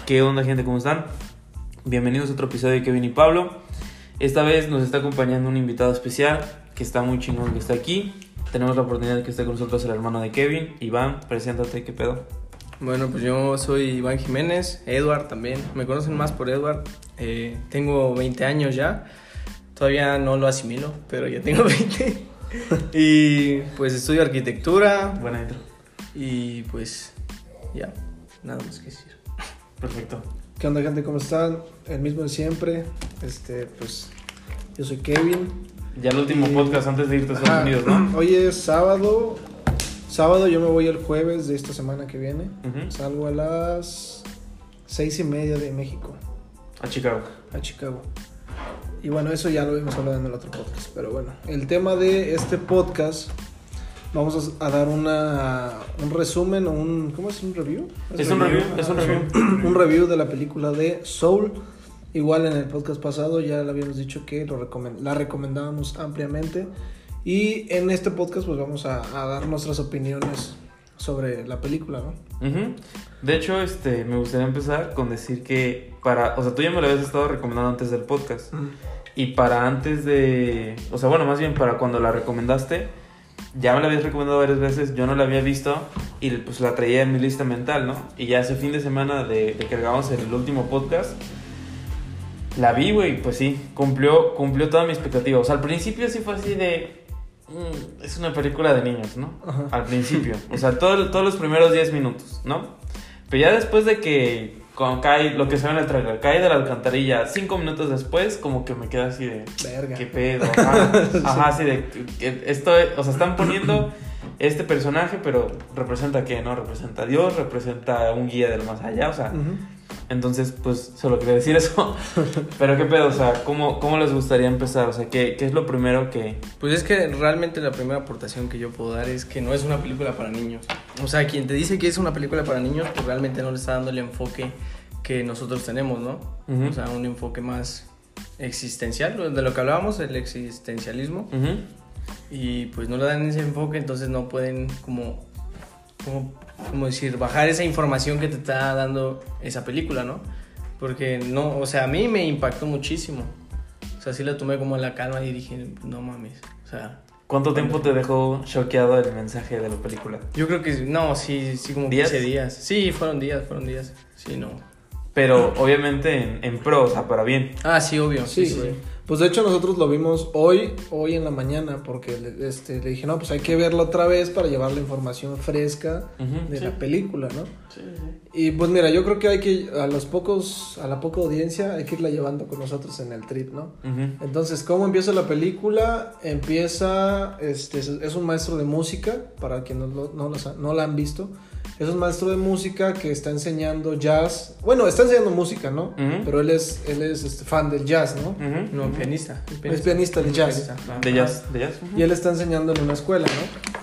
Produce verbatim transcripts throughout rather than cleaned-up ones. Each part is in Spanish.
¿Qué onda, gente? ¿Cómo están? Bienvenidos a otro episodio de Kevin y Pablo. Esta vez nos está acompañando un invitado especial que está muy chingón, que está aquí. Tenemos la oportunidad de que esté con nosotros el hermano de Kevin. Iván, preséntate, ¿qué pedo? Bueno, pues yo soy Iván Jiménez, Edward también. Me conocen más por Edward. Eh, tengo veinte años ya. Todavía no lo asimilo, pero ya tengo veinte. Y pues estudio arquitectura. Buena intro. Y pues ya, nada más que decir. Perfecto. ¿Qué onda, gente? ¿Cómo están? El mismo de siempre. Este, pues, yo soy Kevin. Ya el último y... podcast antes de irte a Estados Unidos, ¿no? Hoy es sábado. Sábado, yo me voy el jueves de esta semana que viene. Uh-huh. Salgo a las seis y media de México. A Chicago. A Chicago. Y bueno, eso ya lo habíamos hablado en el otro podcast. Pero bueno, el tema de este podcast... Vamos a dar una, un resumen o un... ¿Cómo es? ¿Un review? Es, es un review, review es un review. Un review de la película de Soul. Igual en el podcast pasado ya le habíamos dicho que lo recomend- la recomendábamos ampliamente. Y en este podcast pues vamos a, a dar nuestras opiniones sobre la película, ¿no? Uh-huh. De hecho, este, me gustaría empezar con decir que para... O sea, tú ya me lo habías estado recomendando antes del podcast. Uh-huh. Y para antes de... O sea, bueno, más bien para cuando la recomendaste... Ya me la habías recomendado varias veces, yo no la había visto y pues la traía en mi lista mental, ¿no? Y ya ese fin de semana de, de que grabamos el último podcast, la vi, güey, pues sí, cumplió, cumplió toda mi expectativa. O sea, al principio sí fue así de... Mmm, es una película de niños, ¿no? Ajá. Al principio, o sea, todo, todos los primeros diez minutos, ¿no? Pero ya después de que... Cuando cae, lo que se ve en el trailer, cae de la alcantarilla cinco minutos después, como que me queda así de... Verga. ¿Qué pedo? Ajá, ajá así de... Que esto, o sea, están poniendo este personaje, pero ¿representa qué, no? Representa a Dios, representa un guía del más allá, o sea... Uh-huh. Entonces, pues, solo quería decir eso. Pero ¿qué pedo? O sea, ¿cómo, cómo les gustaría empezar? O sea, ¿qué, ¿qué es lo primero que...? Pues es que realmente la primera aportación que yo puedo dar es que no es una película para niños. O sea, quien te dice que es una película para niños, pues realmente no le está dando el enfoque que nosotros tenemos, ¿no? Uh-huh. O sea, un enfoque más existencial, de lo que hablábamos, el existencialismo. Uh-huh. Y pues no le dan ese enfoque, entonces no pueden como... como como decir, bajar esa información que te está dando esa película, ¿no? Porque no, o sea, a mí me impactó muchísimo. O sea, sí la tomé como en la calma y dije, no mames, o sea... ¿Cuánto tiempo te dejó choqueado el mensaje de la película? Yo creo que, no, sí, sí como ¿Días? quince días. Sí, fueron días, fueron días, sí, no. Pero obviamente en, en pro, o sea, para bien. Ah, sí, obvio. Sí, sí, sí. sí. Pues de hecho nosotros lo vimos hoy, hoy en la mañana, porque le, este, le dije, no, pues hay que verlo otra vez para llevar la información fresca uh-huh, de sí. la película, ¿no? Sí, sí. Y pues mira, yo creo que hay que, a los pocos, a la poca audiencia, hay que irla llevando con nosotros en el trip, ¿no? Uh-huh. Entonces, ¿cómo empieza la película? Empieza, este, es un maestro de música, para quienes no, no, no, no la han visto. Es un maestro de música que está enseñando jazz. Bueno, está enseñando música, ¿no? Uh-huh. Pero él es, él es este, fan del jazz, ¿no? Uh-huh. No, pianista. Es pianista, es pianista de jazz. Pianista. De jazz, de jazz. Uh-huh. Y él está enseñando en una escuela, ¿no?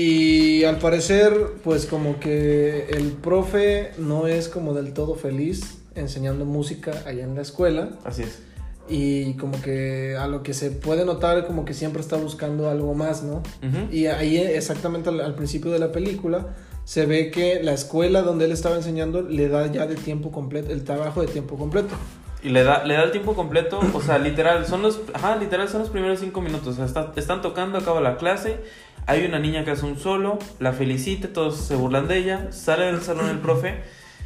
Y al parecer, pues como que el profe no es como del todo feliz enseñando música allá en la escuela. Así es. Y como que a lo que se puede notar, como que siempre está buscando algo más, ¿no? Uh-huh. Y ahí exactamente al, al principio de la película se ve que la escuela donde él estaba enseñando le da ya de tiempo completo, el trabajo de tiempo completo. Y le da, le da el tiempo completo, o sea, literal, son los, ajá, literal son los primeros cinco minutos, o sea, está, están tocando, acaba la clase, hay una niña que hace un solo, la felicita, todos se burlan de ella, sale del salón el profe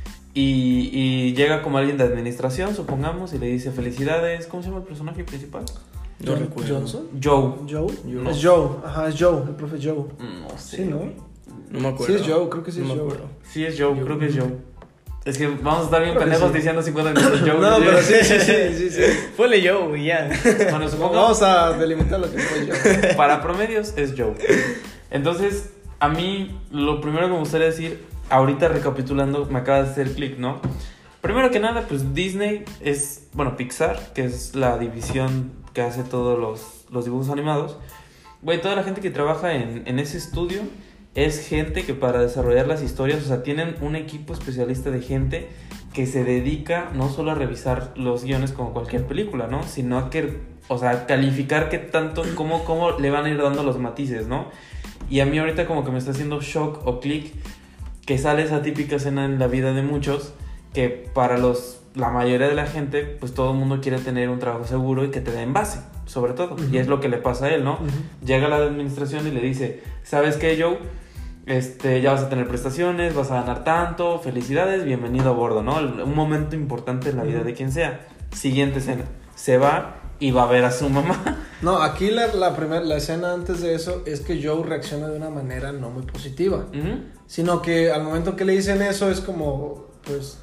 y, y llega como alguien de administración, supongamos, y le dice felicidades, ¿cómo se llama el personaje principal? No recuerdo. ¿Johnson? Joe. ¿Joe? No. Es Joe, ajá, es Joe, el profe Joe. No sé. Sí, ¿no? No me acuerdo. Sí es Joe, creo que sí no es me Joe. Acuerdo. Sí es Joe, Joe, creo que es Joe. Es que vamos a estar bien creo pendejos sí. diciendo cincuenta minutos Joe. No, pero sí, sí, sí, sí, sí. Ponle Joe, ya. Bueno, supongo. Vamos a delimitar lo que fue Joe. Para promedios es Joe. Entonces, a mí lo primero que me gustaría decir, ahorita recapitulando, me acaba de hacer clic, ¿no? Primero que nada, pues Disney es, bueno, Pixar, que es la división que hace todos los, los dibujos animados. Güey, toda la gente que trabaja en, en ese estudio es gente que para desarrollar las historias, o sea, tienen un equipo especialista de gente que se dedica no solo a revisar los guiones como cualquier película, ¿no? Sino a que, o sea, calificar qué tanto, cómo, cómo le van a ir dando los matices, ¿no? Y a mí ahorita como que me está haciendo shock o click que sale esa típica escena en la vida de muchos que para los la mayoría de la gente, pues todo el mundo quiere tener un trabajo seguro y que te den base, sobre todo. Uh-huh. Y es lo que le pasa a él, ¿no? Uh-huh. Llega a la administración y le dice, ¿sabes qué, Joe? Este, ya vas a tener prestaciones, vas a ganar tanto, felicidades, bienvenido a bordo, ¿no? Un momento importante en la vida uh-huh. de quien sea. Siguiente escena, se va y va a ver a su mamá. No, aquí la, la, primer, la escena antes de eso es que Joe reacciona de una manera no muy positiva. Uh-huh. Sino que al momento que le dicen eso es como, pues...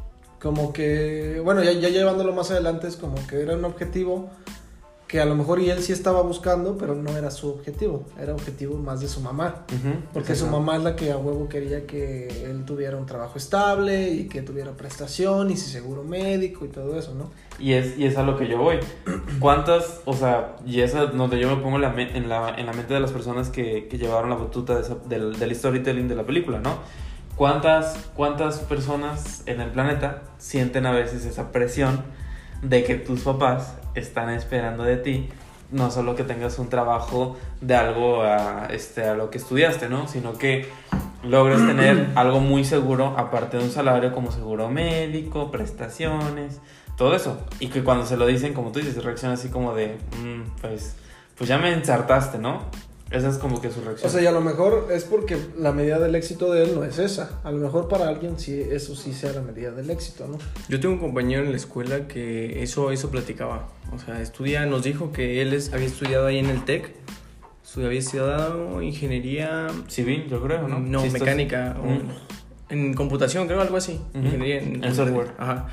Como que, bueno, ya, ya llevándolo más adelante es como que era un objetivo que a lo mejor y él sí estaba buscando, pero no era su objetivo, era objetivo más de su mamá. Uh-huh, porque su mamá es la que a huevo quería que él tuviera un trabajo estable y que tuviera prestación y su seguro médico y todo eso, ¿no? Y es, y es a lo que yo voy. ¿Cuántas, o sea, y es donde yo me pongo en la, en la, en la mente de las personas que, que llevaron la batuta de esa, del, del storytelling de la película, ¿no? ¿Cuántas, ¿Cuántas personas en el planeta sienten a veces esa presión de que tus papás están esperando de ti no solo que tengas un trabajo de algo a, este, a lo que estudiaste, ¿no? Sino que logres tener algo muy seguro aparte de un salario como seguro médico, prestaciones, todo eso? Y que cuando se lo dicen, como tú dices, reacciona así como de, mmm, pues, pues ya me ensartaste, ¿no? Esa es como que su reacción. O sea, y a lo mejor es porque la medida del éxito de él no es esa. A lo mejor para alguien sí, eso sí sea la medida del éxito, ¿no? Yo tengo un compañero en la escuela que eso, eso platicaba. O sea, estudia, nos dijo que él es, había estudiado ahí en el TEC. Había estudiado ingeniería... Civil, yo creo, ¿no? No, sí, mecánica. Estás... O, mm. En computación, creo, algo así. Uh-huh. Ingeniería en, en software. Ajá.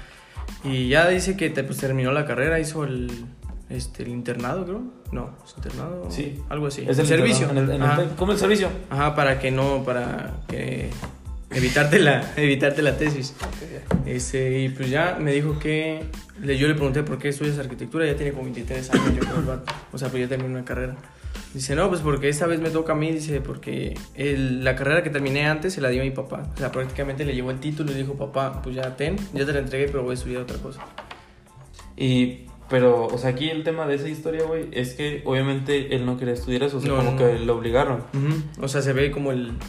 Y ya dice que te, pues, terminó la carrera, hizo el... Este, el internado, creo. No, ¿es internado? Sí. Algo así. Es el, el servicio. En el, en el, ¿Cómo el servicio? Ajá, para que no, para que evitarte la, evitarte la tesis. Okay. Este, y pues ya me dijo que, le, yo le pregunté por qué estudias arquitectura, ya tiene como veintitrés años, yo creo, el vato. O sea, pues ya terminé una carrera. Dice, no, pues porque esta vez me toca a mí, dice, porque el, la carrera que terminé antes se la dio a mi papá. O sea, prácticamente le llevó el título y le dijo, papá, pues ya ten, ya te la entregué, pero voy a estudiar otra cosa. Y... Pero, o sea, aquí el tema de esa historia, güey, es que obviamente él no quería estudiar eso, o sea, no, como no. que lo obligaron. Uh-huh. O sea, se ve como el...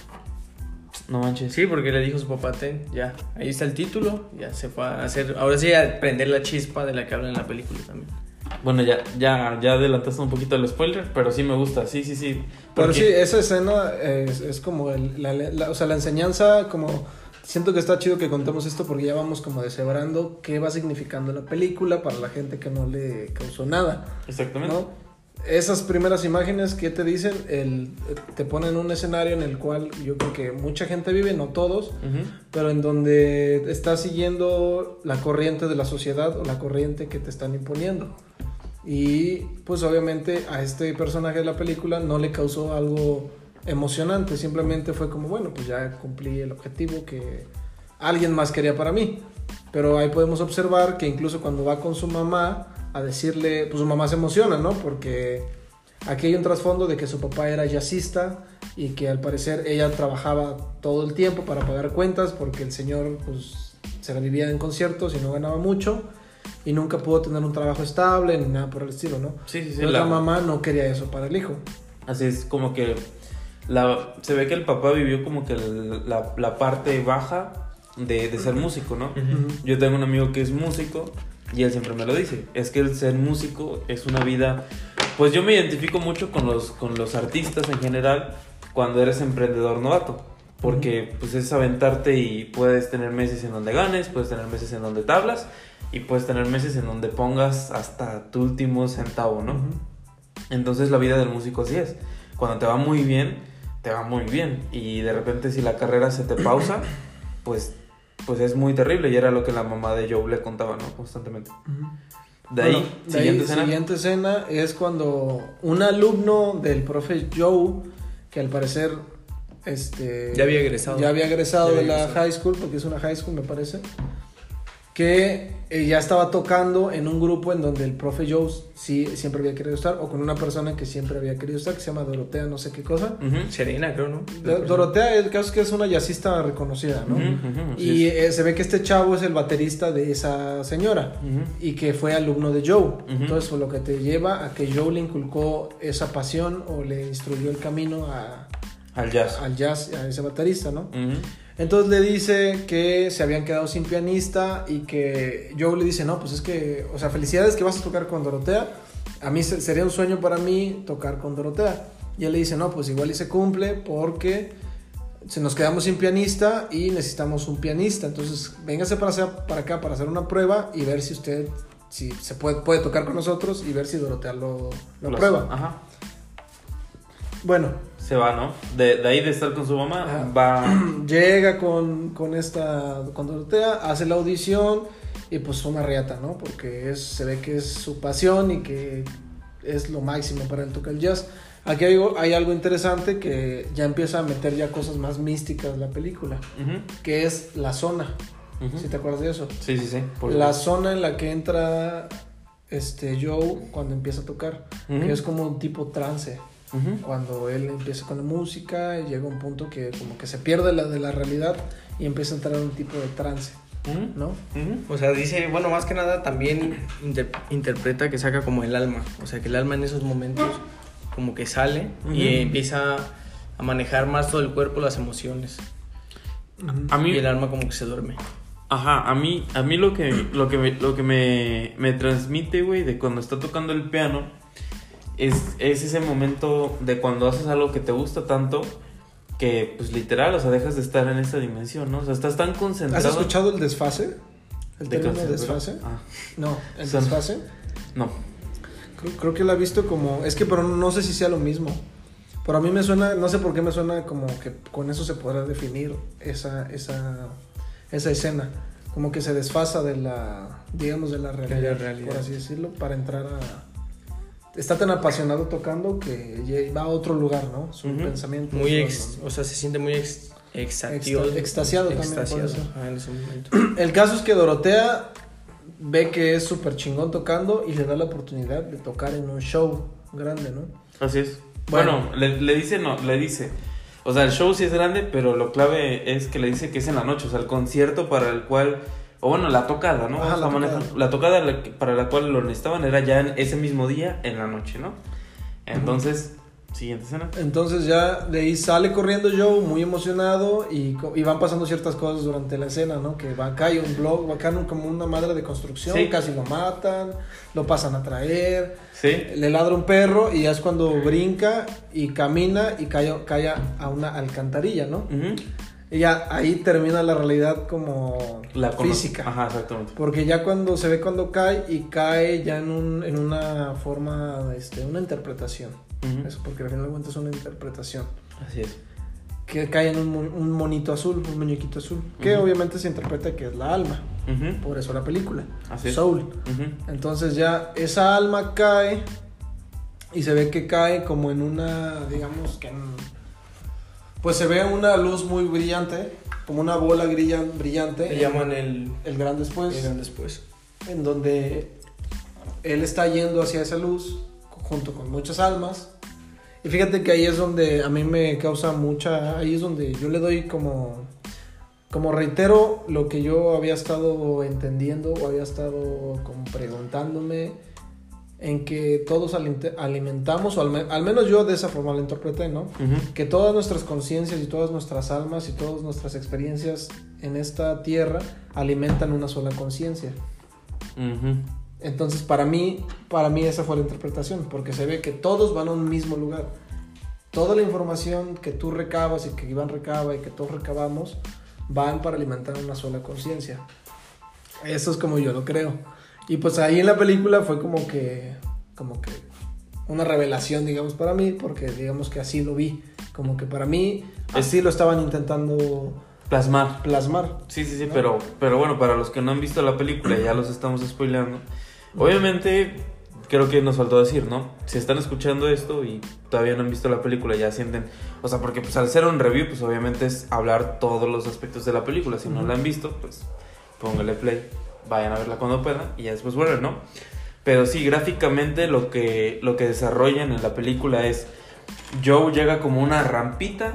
No manches. Sí, porque le dijo a su papá, ten, ya, ahí está el título, ya se fue a hacer... Ahora sí, a prender la chispa de la que hablan en la película también. Bueno, ya, ya, ya adelantaste un poquito el spoiler, pero sí me gusta, sí, sí, sí. Pero sí, esa escena es, es como el, la, la, o sea, la enseñanza como... Siento que está chido que contemos esto porque ya vamos como deshebrando qué va significando la película para la gente que no le causó nada. Exactamente. ¿No? Esas primeras imágenes que te dicen, el, te ponen un escenario en el cual yo creo que mucha gente vive, no todos, uh-huh. pero en donde estás siguiendo la corriente de la sociedad o la corriente que te están imponiendo. Y pues obviamente a este personaje de la película no le causó algo emocionante, simplemente fue como, bueno, pues ya cumplí el objetivo que alguien más quería para mí. Pero ahí podemos observar que incluso cuando va con su mamá a decirle, pues su mamá se emociona, ¿no? Porque aquí hay un trasfondo de que su papá era jazzista y que al parecer ella trabajaba todo el tiempo para pagar cuentas porque el señor pues se la vivía en conciertos y no ganaba mucho y nunca pudo tener un trabajo estable ni nada por el estilo, ¿no? Sí, sí, sí. Pero la la mamá no quería eso para el hijo. Así es, como que la, se ve que el papá vivió como que la, la parte baja de, de ser músico, ¿no? Uh-huh. Yo tengo un amigo que es músico y él siempre me lo dice, es que el ser músico es una vida, pues yo me identifico mucho con los, con los artistas en general cuando eres emprendedor novato, porque pues es aventarte y puedes tener meses en donde ganes, puedes tener meses en donde tablas y puedes tener meses en donde pongas hasta tu último centavo, ¿no? Uh-huh. Entonces la vida del músico así es, cuando te va muy bien, te va muy bien y de repente si la carrera se te pausa, pues, pues es muy terrible y era lo que la mamá de Joe le contaba, ¿no? Constantemente. Uh-huh. De ahí, bueno, de siguiente ahí, escena. Siguiente escena es cuando un alumno del profe Joe, que al parecer este ya había egresado, ya había egresado ya había de la egresado. high school, porque es una high school me parece, que eh, ya estaba tocando en un grupo en donde el profe Joe sí siempre había querido estar, o con una persona que siempre había querido estar, que se llama Dorotea, no sé qué cosa. Uh-huh. Serena, creo, ¿no? Do- Dorotea, el caso es que es una jazzista reconocida, ¿no? Uh-huh, uh-huh, y eh, se ve que este chavo es el baterista de esa señora, uh-huh. y que fue alumno de Joe. Uh-huh. Entonces, fue lo que te lleva a que Joe le inculcó esa pasión o le instruyó el camino a, Al jazz. Al jazz, a ese baterista, ¿no? Uh-huh. Entonces le dice que se habían quedado sin pianista y que Joe le dice, no, pues es que, o sea, felicidades que vas a tocar con Dorotea. A mí se, sería un sueño para mí tocar con Dorotea. Y él le dice, no, pues igual y se cumple porque se nos quedamos sin pianista y necesitamos un pianista. Entonces, véngase para, hacer, para acá para hacer una prueba y ver si usted si se puede, puede tocar con nosotros y ver si Dorotea lo, lo Los, prueba. Ajá. Bueno. Se va, ¿no? De, de ahí de estar con su mamá, Ajá. va... Llega con, con esta, con Dorotea, hace la audición y pues una riata, ¿no? Porque es, se ve que es su pasión y que es lo máximo para él tocar el jazz. Aquí hay, hay algo interesante que ya empieza a meter ya cosas más místicas en la película, uh-huh. que es la zona. Uh-huh. ¿Sí te acuerdas de eso? Sí, sí, sí. Por la supuesto. Zona en la que entra este Joe cuando empieza a tocar, uh-huh. que es como un tipo trance. Uh-huh. Cuando él empieza con la música y llega a un punto que como que se pierde la de la realidad y empieza a entrar en un tipo de trance, uh-huh. ¿no? Uh-huh. O sea, dice, bueno, más que nada también inter- interpreta que saca como el alma, o sea, que el alma en esos momentos como que sale, uh-huh. y empieza a manejar más todo el cuerpo, las emociones. Uh-huh. A mí, y el alma como que se duerme. Ajá, a mí, a mí lo que, lo que, me, lo que me, me transmite, güey, de cuando está tocando el piano es, es ese momento de cuando haces algo que te gusta tanto que, pues, literal, o sea, dejas de estar en esta dimensión, ¿no? O sea, estás tan concentrado. ¿Has escuchado el desfase? ¿El ¿De término desfase? Ah. No, ¿el Son... desfase? No. Creo, creo que la he visto como... Es que, pero no sé si sea lo mismo. Pero a mí me suena... No sé por qué me suena como que con eso se podrá definir esa, esa, esa escena. Como que se desfasa de la... Digamos, de la realidad, la realidad, por así decirlo, para entrar a... Está tan apasionado tocando que va a otro lugar, ¿no? Su uh-huh. pensamiento. Muy ex, o sea, se siente muy ex, extasiado. Exta, extasiado también. Extasiado. Ah, en ese momento. El caso es que Dorotea ve que es súper chingón tocando y le da la oportunidad de tocar en un show grande, ¿no? Así es. Bueno, bueno le, le dice, no, le dice. O sea, el show sí es grande, pero lo clave es que le dice que es en la noche. O sea, el concierto para el cual... O bueno, la tocada, ¿no? Ajá, la, tocada. la tocada para la cual lo necesitaban era ya en ese mismo día, en la noche, ¿no? Entonces, uh-huh. siguiente escena. Entonces ya de ahí sale corriendo Joe, muy emocionado, y, y van pasando ciertas cosas durante la escena, ¿no? Que va, cae un blog, va cae como una madre de construcción, sí. casi lo matan, lo pasan a traer, sí. le ladra un perro, y ya es cuando brinca y camina y cae, cae a una alcantarilla, ¿no? Uh-huh. Y ya ahí termina la realidad como la física. Ajá, exactamente. Porque ya cuando se ve cuando cae y cae ya en un en una forma, este, una interpretación. Uh-huh. Eso, porque al final de cuentas es una interpretación. Así es. Que cae en un, un monito azul, un muñequito azul. Uh-huh. Que obviamente se interpreta que es la alma. Uh-huh. Por eso la película. Así es. Soul. Uh-huh. Entonces ya esa alma cae y se ve que cae como en una, digamos que en... Pues se ve una luz muy brillante, como una bola brillan, brillante. Le llaman el... El gran después. El gran después. En donde él está yendo hacia esa luz, junto con muchas almas. Y fíjate que ahí es donde a mí me causa mucha... Ahí es donde yo le doy como... Como reitero lo que yo había estado entendiendo o había estado como preguntándome... En que todos alimentamos, o al, me, al menos yo de esa forma lo interpreté, ¿no? Uh-huh. Que todas nuestras conciencias y todas nuestras almas y todas nuestras experiencias en esta tierra alimentan una sola conciencia. Uh-huh. Entonces, para mí, para mí esa fue la interpretación, porque se ve que todos van a un mismo lugar. Toda la información que tú recabas y que Iván recaba y que todos recabamos van para alimentar una sola conciencia. Eso es como yo lo creo. Y pues ahí en la película fue como que, como que una revelación, digamos, para mí, porque digamos que así lo vi. Como que para mí, así es, lo estaban intentando plasmar. Plasmar. Sí, sí, sí, ¿no? pero, pero bueno, para los que no han visto la película, ya los estamos spoileando. Obviamente, creo que nos faltó decir, ¿no? Si están escuchando esto y todavía no han visto la película, ya sienten... O sea, porque pues al hacer un review, pues obviamente es hablar todos los aspectos de la película. Si uh-huh. no la han visto, pues póngale play. Vayan a verla cuando puedan y ya después vuelven, ¿no? Pero sí, gráficamente lo que, lo que desarrollan en la película es... Joe llega como una rampita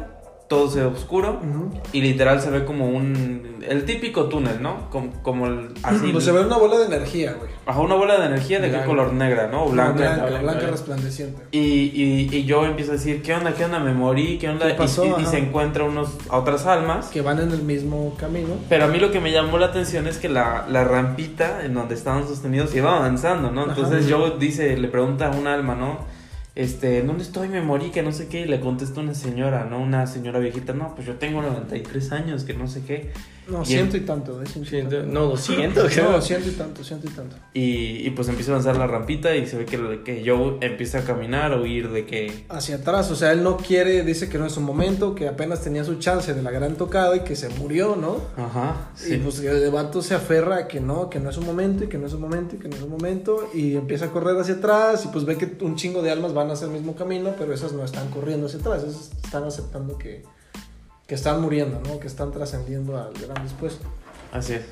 todo se ve oscuro Uh-huh. y literal se ve como un... El típico túnel, ¿no? Como, como el... Así, Pues se ve una bola de energía, güey. Ajá, una bola de energía de qué Blanca. color, negra, ¿no? O blanca. Blanca, blanca, blanca, blanca. resplandeciente. Y, y, y yo empiezo a decir, ¿qué onda, qué onda? Me morí, ¿qué onda? ¿Qué pasó? Y, y- y Ajá. se encuentra unos, a otras almas. Que van en el mismo camino. Pero a mí lo que me llamó la atención es que la, la rampita en donde estaban sostenidos iba avanzando, ¿no? Entonces Ajá. yo dice, le pregunta a un alma, ¿no? Este, ¿dónde estoy? Me morí, que no sé qué. Y le contesta una señora, ¿no? Una señora viejita, no, pues yo tengo noventa y tres años, que no sé qué. No, Y ciento el- y tanto, ¿eh? Ciento y Ciento- tanto. no, doscientos. No, ciento y tanto, ciento y tanto. Y, y pues empieza a avanzar la rampita y se ve que, que Joe empieza a caminar o huir de que... Hacia atrás, o sea, él no quiere, dice que no es su momento, que apenas tenía su chance de la gran tocada y que se murió, ¿no? Ajá, Y sí. pues el vato se aferra a que no, que no es un momento y que no es un momento y que no es un momento y empieza a correr hacia atrás y pues ve que un chingo de almas van hacia el mismo camino, pero esas no están corriendo hacia atrás, esas están aceptando que, que están muriendo, ¿no? Que están trascendiendo al gran después. Así es.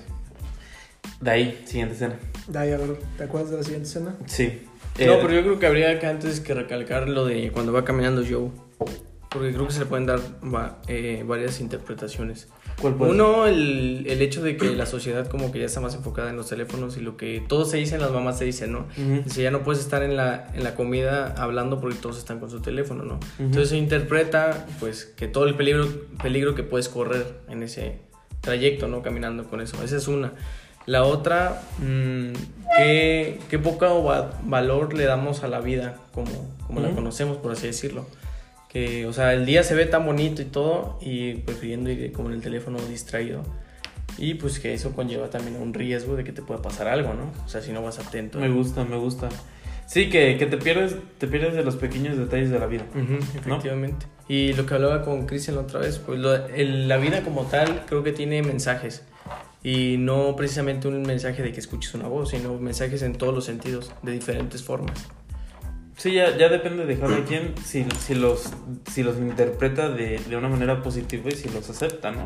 De ahí, siguiente escena. De ahí, a ver, ¿te acuerdas de la siguiente escena? Sí. No, Eh, pero yo creo que habría que antes que recalcar lo de cuando va caminando Joe. Porque creo que se le pueden dar va- eh, varias interpretaciones. ¿Cuál puede ser? Uno, el, el hecho de que la sociedad como que ya está más enfocada en los teléfonos y lo que todos se dicen, las mamás se dicen, ¿no? Ujú. Dice, ya no puedes estar en la, en la comida hablando porque todos están con su teléfono, ¿no? Ujú. Entonces se interpreta, pues, que todo el peligro, peligro que puedes correr en ese trayecto, ¿no? Caminando con eso. Esa es una. La otra, mmm, ¿qué, qué poco va- valor le damos a la vida como, como la Ujú. conocemos, por así decirlo. Que, o sea, el día se ve tan bonito y todo, y prefiriendo ir como en el teléfono distraído. Y pues que eso conlleva también un riesgo de que te pueda pasar algo, ¿no? O sea, si no vas atento. Me gusta, me gusta. Sí, que, que te pierdes te pierdes de los pequeños detalles de la vida. Ujú, efectivamente. Y lo que hablaba con Cristian la otra vez, pues lo- el- la vida como tal creo que tiene mensajes. Y no precisamente un mensaje de que escuches una voz, sino mensajes en todos los sentidos, de diferentes formas. Sí, ya, ya depende de cada quien si, si, los, si los interpreta de, de una manera positiva y si los acepta, ¿no?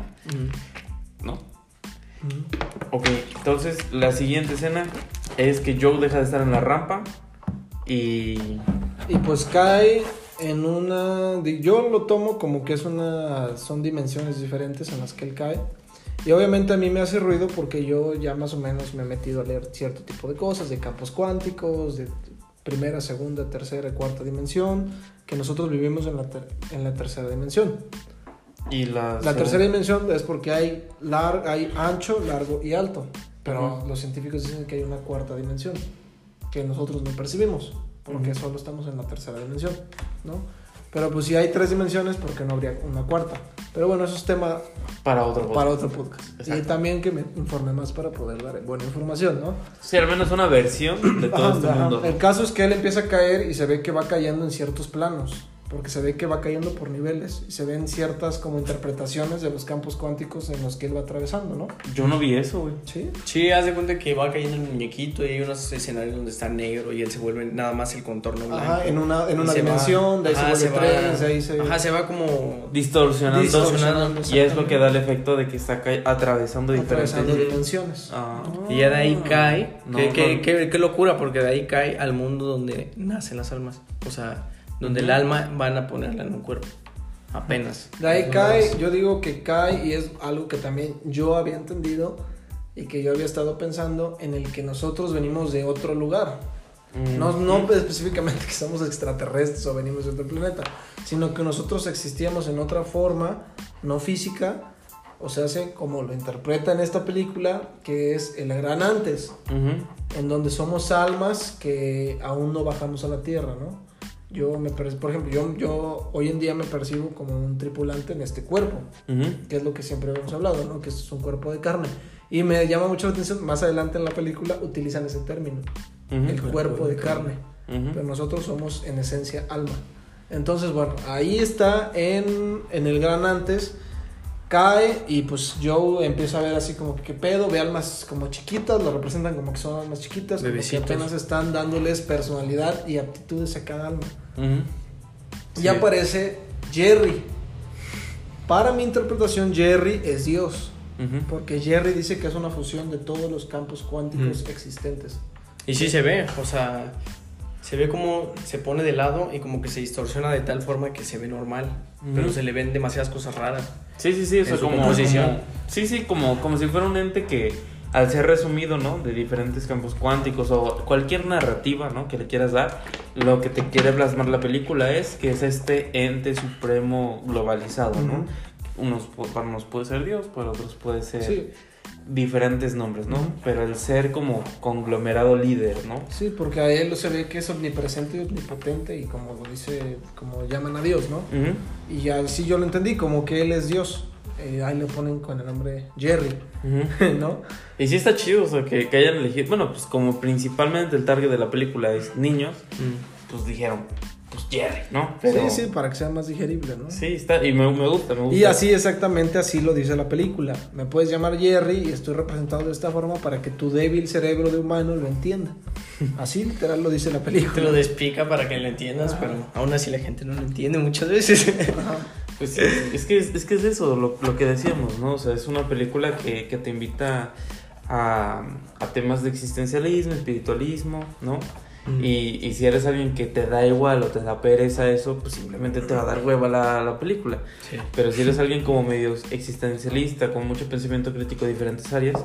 ¿No? Ok, entonces la siguiente escena es que Joe deja de estar en la rampa y... Y pues cae en una... di- Yo lo tomo como que es una... Son dimensiones diferentes en las que él cae. Y obviamente a mí me hace ruido porque yo ya más o menos me he metido a leer cierto tipo de cosas, de campos cuánticos, de primera, segunda, tercera y cuarta dimensión, que nosotros vivimos en la, ter- en la tercera dimensión. y la, La tercera dimensión es porque hay, lar- hay ancho, largo y alto, pero Ujú. los científicos dicen que hay una cuarta dimensión que nosotros no percibimos, porque Ujú. solo estamos en la tercera dimensión, ¿no? Pero pues si hay tres dimensiones, ¿por qué no habría una cuarta? Pero bueno, eso es tema Para otro podcast. para otro podcast. Exacto. Y también que me informe más para poder dar buena información, ¿no? Sí, al menos una versión de todo Ajá, este ajá. mundo. El caso es que él empieza a caer y se ve que va cayendo en ciertos planos, porque se ve que va cayendo por niveles y se ven ciertas como interpretaciones de los campos cuánticos en los que él va atravesando, ¿no? Yo no vi eso, güey. Sí. Sí, haz de cuenta que va cayendo el muñequito y hay unos escenarios donde está negro y él se vuelve nada más el contorno blanco. Ajá, en una, en Y una se va- dimensión, de ahí ajá, se vuelve va- tres, de ahí se... Ajá, se va como... Distorsionando. Distorsionando, Y es lo que da el efecto de que está ca- atravesando diferentes... atravesando dimensiones. Ah. Y ya de ahí cae. No, qué, qué- no. qué- qué locura, porque de ahí cae al mundo donde nacen las almas. O sea, donde el alma van a ponerla en un cuerpo. Apenas. De ahí cae, yo digo que cae y es algo que también yo había entendido y que yo había estado pensando en el que nosotros venimos de otro lugar. Mm. No, no específicamente que somos extraterrestres o venimos de otro planeta, sino que nosotros existíamos en otra forma, no física, o sea, hace como lo interpreta en esta película, que es el gran antes, Ujú. en donde somos almas que aún no bajamos a la tierra, ¿no? Yo me per- por ejemplo, yo, yo hoy en día me percibo como un tripulante en este cuerpo, Ujú. que es lo que siempre hemos hablado, ¿no? Que es un cuerpo de carne. Y me llama mucho la atención, más adelante en la película utilizan ese término, Ujú. el cuerpo de carne. Ujú. Pero nosotros somos en esencia alma. Entonces, bueno, ahí está en, en el gran antes. Cae y pues Joe empieza a ver así como que qué pedo, ve almas como chiquitas, lo representan como que son almas chiquitas, como que Bebecitos. apenas están dándoles personalidad y aptitudes a cada alma. Ujú. Y Sí. aparece Jerry. Para mi interpretación, Jerry es Dios, Ujú. porque Jerry dice que es una fusión de todos los campos cuánticos Mm. existentes. Y sí se ve, o sea, se ve como se pone de lado y como que se distorsiona de tal forma que se ve normal, uh-huh. pero se le ven demasiadas cosas raras. Sí, sí, sí, o sea, en su como, composición. Como, sí, sí, como, como si fuera un ente que al ser resumido, ¿no? De diferentes campos cuánticos o cualquier narrativa, ¿no? Que le quieras dar, lo que te quiere plasmar la película es que es este ente supremo globalizado, ¿no? Uh-huh. Unos, para unos puede ser Dios, para otros puede ser... Sí. Diferentes nombres, ¿no? Uh-huh. Pero el ser como conglomerado líder, ¿no? Sí, porque a él se ve que es omnipresente y omnipotente y como lo dice, como llaman a Dios, ¿no? Uh-huh. Y así yo lo entendí, como que él es Dios. Eh, ahí le ponen con el nombre Jerry, uh-huh. ¿no? Y sí está chido, o sea, que, que hayan elegido, bueno, pues como principalmente el target de la película es niños, uh-huh. pues dijeron... pues Jerry, ¿no? Pero... Sí, sí, para que sea más digerible, ¿no? Sí, está, y me, me gusta, me gusta. Y así exactamente así lo dice la película. Me puedes llamar Jerry y estoy representado de esta forma para que tu débil cerebro de humano lo entienda. Así literal lo dice la película. Te lo despica para que lo entiendas, ajá. pero aún así la gente no lo entiende muchas veces. Ajá. Pues sí, es que es, es que es eso, lo, lo que decíamos, ¿no? O sea, es una película que, que te invita a, a temas de existencialismo, espiritualismo, ¿no? Y, y si eres alguien que te da igual o te da pereza eso, pues simplemente te va a dar hueva la, la película. Sí. Pero si eres alguien como medio existencialista, con mucho pensamiento crítico de diferentes áreas,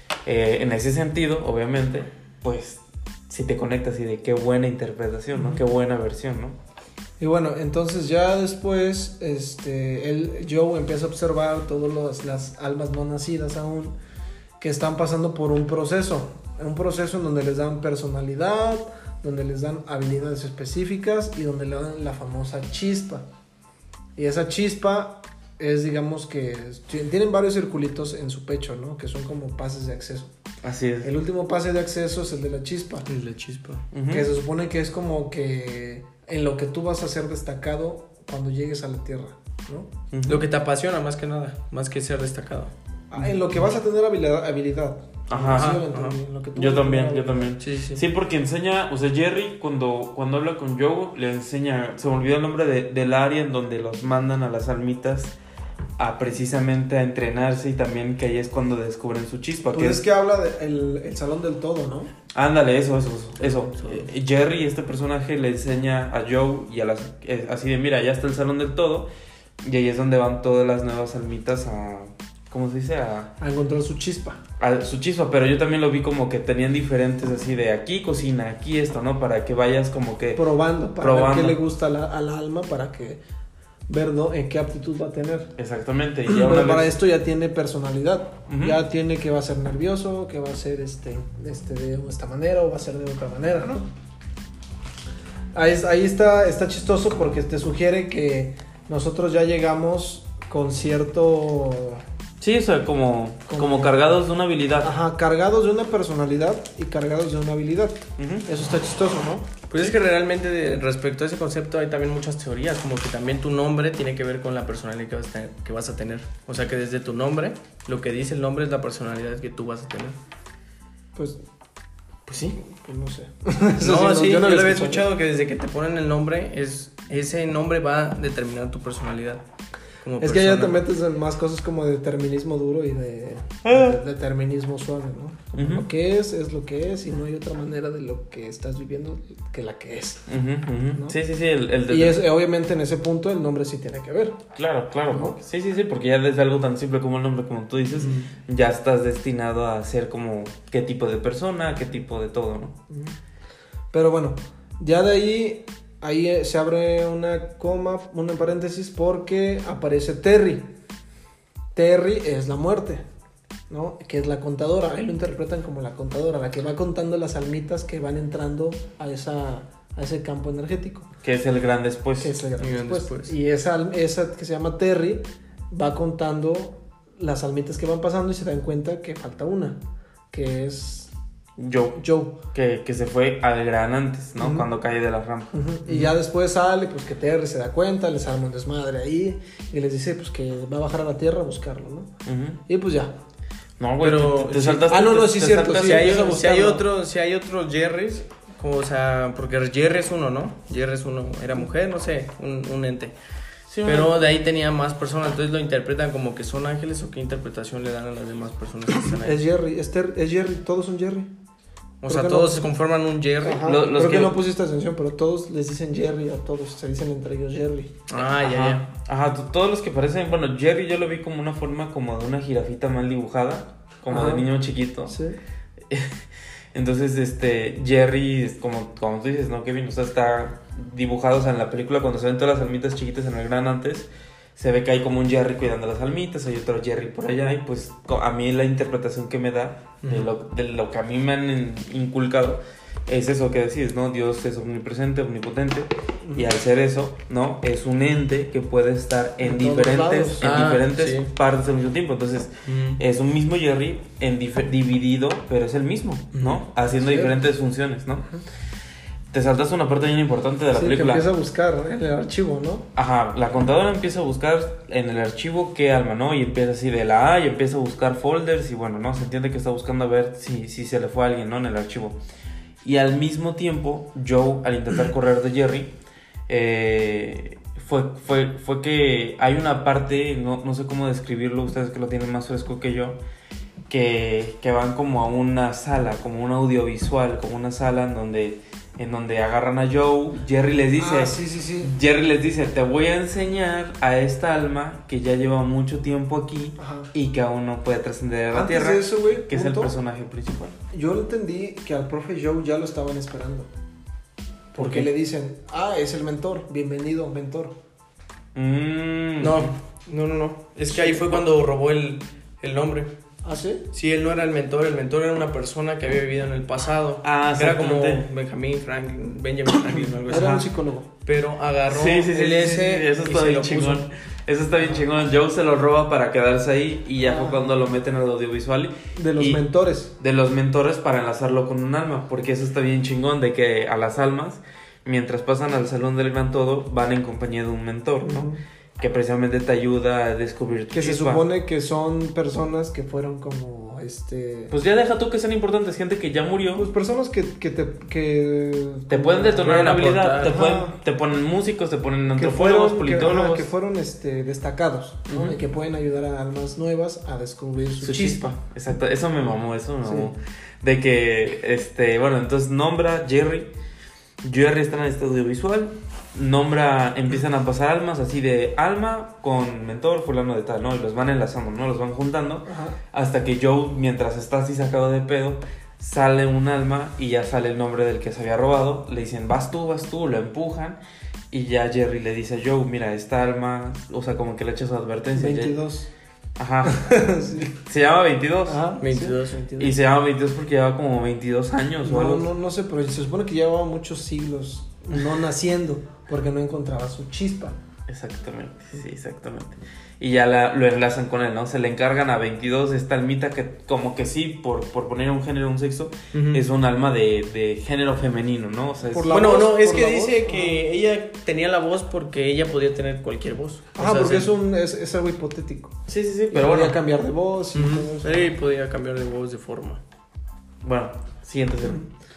eh, en ese sentido, obviamente, pues si te conectas y de qué buena interpretación, ¿no? Qué buena versión, ¿no? Y bueno, entonces ya después, este, él, Joe empieza a observar todas las almas no nacidas aún que están pasando por un proceso, un proceso en donde les dan personalidad, donde les dan habilidades específicas y donde le dan la famosa chispa. Y esa chispa es, digamos que, tienen varios circulitos en su pecho, ¿no? Que son como pases de acceso. Así es. El último pase de acceso es el de la chispa. El de la chispa. Uh-huh. Que se supone que es como que en lo que tú vas a ser destacado cuando llegues a la Tierra, ¿no? Uh-huh. Lo que te apasiona más que nada, más que ser destacado. Ah, en lo que vas a tener habilidad. habilidad. Ajá, ajá, ajá. Lo que yo también, yo también. Sí, sí. Sí, porque enseña, o sea, Jerry cuando, cuando habla con Joe le enseña, se me olvidó el nombre de, del área en donde los mandan a las almitas a precisamente a entrenarse y también que ahí es cuando descubren su chispa. Pues que es, es que habla del de el salón del todo, ¿no? Ándale, eso, eso, eso. eso. Eh, Jerry, este personaje, le enseña a Joe y a las, eh, así de, mira, ya está el salón del todo y ahí es donde van todas las nuevas almitas a... ¿Cómo se dice? A, a encontrar su chispa. A su chispa, pero yo también lo vi como que tenían diferentes así de aquí cocina, aquí esto, ¿no? Para que vayas como que... Probando, para probando. ver qué le gusta a la, al alma, para que ver, ¿no? En qué aptitud va a tener. Exactamente. Y pero para vez... esto ya tiene personalidad. Uh-huh. Ya tiene que va a ser nervioso, que va a ser este, este de esta manera o va a ser de otra manera, ¿no? Ahí, ahí está, está chistoso porque te sugiere que nosotros ya llegamos con cierto... Sí, o sea, como, como, como cargados de una habilidad. Ajá, cargados de una personalidad y cargados de una habilidad. Uh-huh. Eso está chistoso, ¿no? Pues es que realmente de, respecto a ese concepto hay también muchas teorías, como que también tu nombre tiene que ver con la personalidad que vas a tener. Que vas a tener. O sea, que desde tu nombre, lo que dice el nombre es la personalidad que tú vas a tener. Pues... Pues sí. Pues no sé. No, sí, yo, no yo lo había escuchado que desde que te ponen el nombre, es ese nombre va a determinar tu personalidad. Es que ya te metes en más cosas como de determinismo duro y de, de, de determinismo suave, ¿no? Como uh-huh. Lo que es, es lo que es y no hay otra manera de lo que estás viviendo que la que es. Uh-huh, uh-huh. ¿No? Sí, sí, sí. El, el de... Y es, obviamente en ese punto el nombre sí tiene que ver. Claro, claro. ¿No? Sí, sí, sí, porque ya desde algo tan simple como el nombre, como tú dices, uh-huh. ya estás destinado a ser como qué tipo de persona, qué tipo de todo, ¿no? Uh-huh. Pero bueno, ya de ahí... Ahí se abre una coma, una paréntesis, porque aparece Terry. Terry es la muerte, ¿no? Que es la contadora. Ahí lo interpretan como la contadora, la que va contando las almitas que van entrando a esa a ese campo energético. Que es el gran después. Que es el gran después. después. Y esa, esa que se llama Terry va contando las almitas que van pasando y se dan cuenta que falta una, que es... Joe, Joe. Que, que se fue al gran antes, ¿no? Uh-huh. Cuando cae de la rampa. Uh-huh. Y uh-huh. ya después sale, pues que Terry se da cuenta, les arma un desmadre ahí y les dice, pues que va a bajar a la tierra a buscarlo, ¿no? Uh-huh. Y pues ya. No, güey, pero te, te saltaste. Ah, no, no, sí, te cierto. Saltaste, si, hay, si hay otro, si hay otro Jerry's, como, o sea, porque Jerry es uno, ¿no? Jerry es uno, era mujer, no sé, un, un ente. Sí, pero man. De ahí tenía más personas, entonces lo interpretan como que son ángeles o qué interpretación le dan a las demás personas que están ahí. Es Jerry, es, ter, es Jerry, todos son Jerry. O sea, todos se conforman un Jerry. Ajá, Lo- los creo que... que- no pusiste atención, pero todos les dicen Jerry a todos, se dicen entre ellos Jerry. Ah, ya, Ajá, ya. ajá, t- todos los que parecen, bueno, Jerry yo lo vi como una forma como de una jirafita mal dibujada, como Ajá. de niño chiquito. Sí. Entonces, este, Jerry, es como, como tú dices, ¿no, Kevin? O sea, está dibujado, o sea, en la película cuando se ven todas las almitas chiquitas en el gran antes, se ve que hay como un Jerry cuidando las almitas, hay otro Jerry por allá, y pues co- a mí la interpretación que me da de lo, de lo que a mí me han in- inculcado es eso que decís, ¿no? Dios es omnipresente, omnipotente, y al ser eso, ¿no? Es un ente que puede estar en, En todos diferentes, lados. en Ah, diferentes sí. partes al mismo tiempo. Entonces, Mm. es un mismo Jerry en dif- dividido, pero es el mismo, ¿no? Ujú. Haciendo Sí. diferentes funciones, ¿no? Te saltas una parte bien importante de la Sí, película. que empieza a buscar en el archivo, ¿no? Ajá, la contadora empieza a buscar en el archivo qué alma, ¿no? Y empieza así de la A y empieza a buscar folders y bueno, ¿no? Se entiende que está buscando a ver si, si se le fue a alguien, ¿no? En el archivo. Y al mismo tiempo, Joe, al intentar correr de Jerry, eh, fue, fue, fue que hay una parte, no, no sé cómo describirlo, ustedes que lo tienen más fresco que yo, que, que van como a una sala, como un audiovisual, como una sala en donde, en donde agarran a Joe, Jerry les dice... Ah, sí, sí, sí. Jerry les dice, te voy a enseñar a esta alma que ya lleva mucho tiempo aquí Ajá. y que aún no puede trascender a la Antes Tierra, de eso, güey, que es el punto, personaje principal. yo entendí que al profe Joe ya lo estaban esperando. ¿Por Porque qué? le dicen, ah, es el mentor, bienvenido, mentor. Mm. No, no, no, no. Es que ahí fue cuando robó el, el nombre. ¿Ah, sí? Sí, él no era el mentor, el mentor era una persona que había vivido en el pasado. Ah, Era como exactamente. Benjamin Franklin, Benjamin Franklin o algo así. Era un Ajá. psicólogo. Pero agarró Sí, sí, sí, el sí, S sí, sí, eso y está se bien lo puso. chingón. Eso está bien chingón. Joe se lo roba para quedarse ahí y ya Ah. fue cuando lo meten al audiovisual. De los y- mentores. De los mentores para enlazarlo con un alma, porque eso está bien chingón de que a las almas, mientras pasan al salón del gran todo, van en compañía de un mentor, ¿no? Ujú. Que precisamente te ayuda a descubrir tu Que se chispa. supone que son personas que fueron como, este... Pues ya deja tú que sean importantes, gente que ya murió. Pues personas que, que te... Que, Te pueden detonar pueden una habilidad, aportar. te, pueden, Ajá. te ponen músicos, te ponen que antropólogos, fueron, que, politólogos. ajá, que fueron este, destacados, ¿no? Ujú. Y que pueden ayudar a almas nuevas a descubrir su, Su chispa. chispa. Exacto, eso me mamó, eso me Sí. mamó. De que, este, bueno, entonces nombra Jerry. Jerry está en este audiovisual. Nombra, empiezan a pasar almas así de alma con mentor, fulano de tal, ¿no? Y los van enlazando, ¿no? Los van juntando. Ajá. Hasta que Joe, mientras está así sacado de pedo, sale un alma y ya sale el nombre del que se había robado. Le dicen, vas tú, vas tú, lo empujan. Y ya Jerry le dice a Joe, mira, esta alma, o sea, como que le echa su advertencia. veintidós. Ajá. Sí. Se llama veintidós. Ajá, veintidós. sí, Y se llama veintidós porque lleva como veintidós años o No, algo. no, no sé, pero se supone que llevaba muchos siglos no naciendo porque no encontraba su chispa. Exactamente, sí, exactamente. Y ya la, lo enlazan con él, ¿no? Se le encargan a veintidós esta almita que como que sí, por, por poner un género, un sexo, Ujú. es un alma de, de género femenino, ¿no? O sea, es- Por la Bueno, voz, no, es por que la dice voz, que ella tenía la voz porque ella podía tener cualquier voz. O Ajá, sea, porque se- es, un, es, es algo hipotético. Sí, sí, sí, Pero pero podía bueno. cambiar de voz y Ujú. todo eso. Sí, podía cambiar de voz, de forma. Bueno, siguiente escena.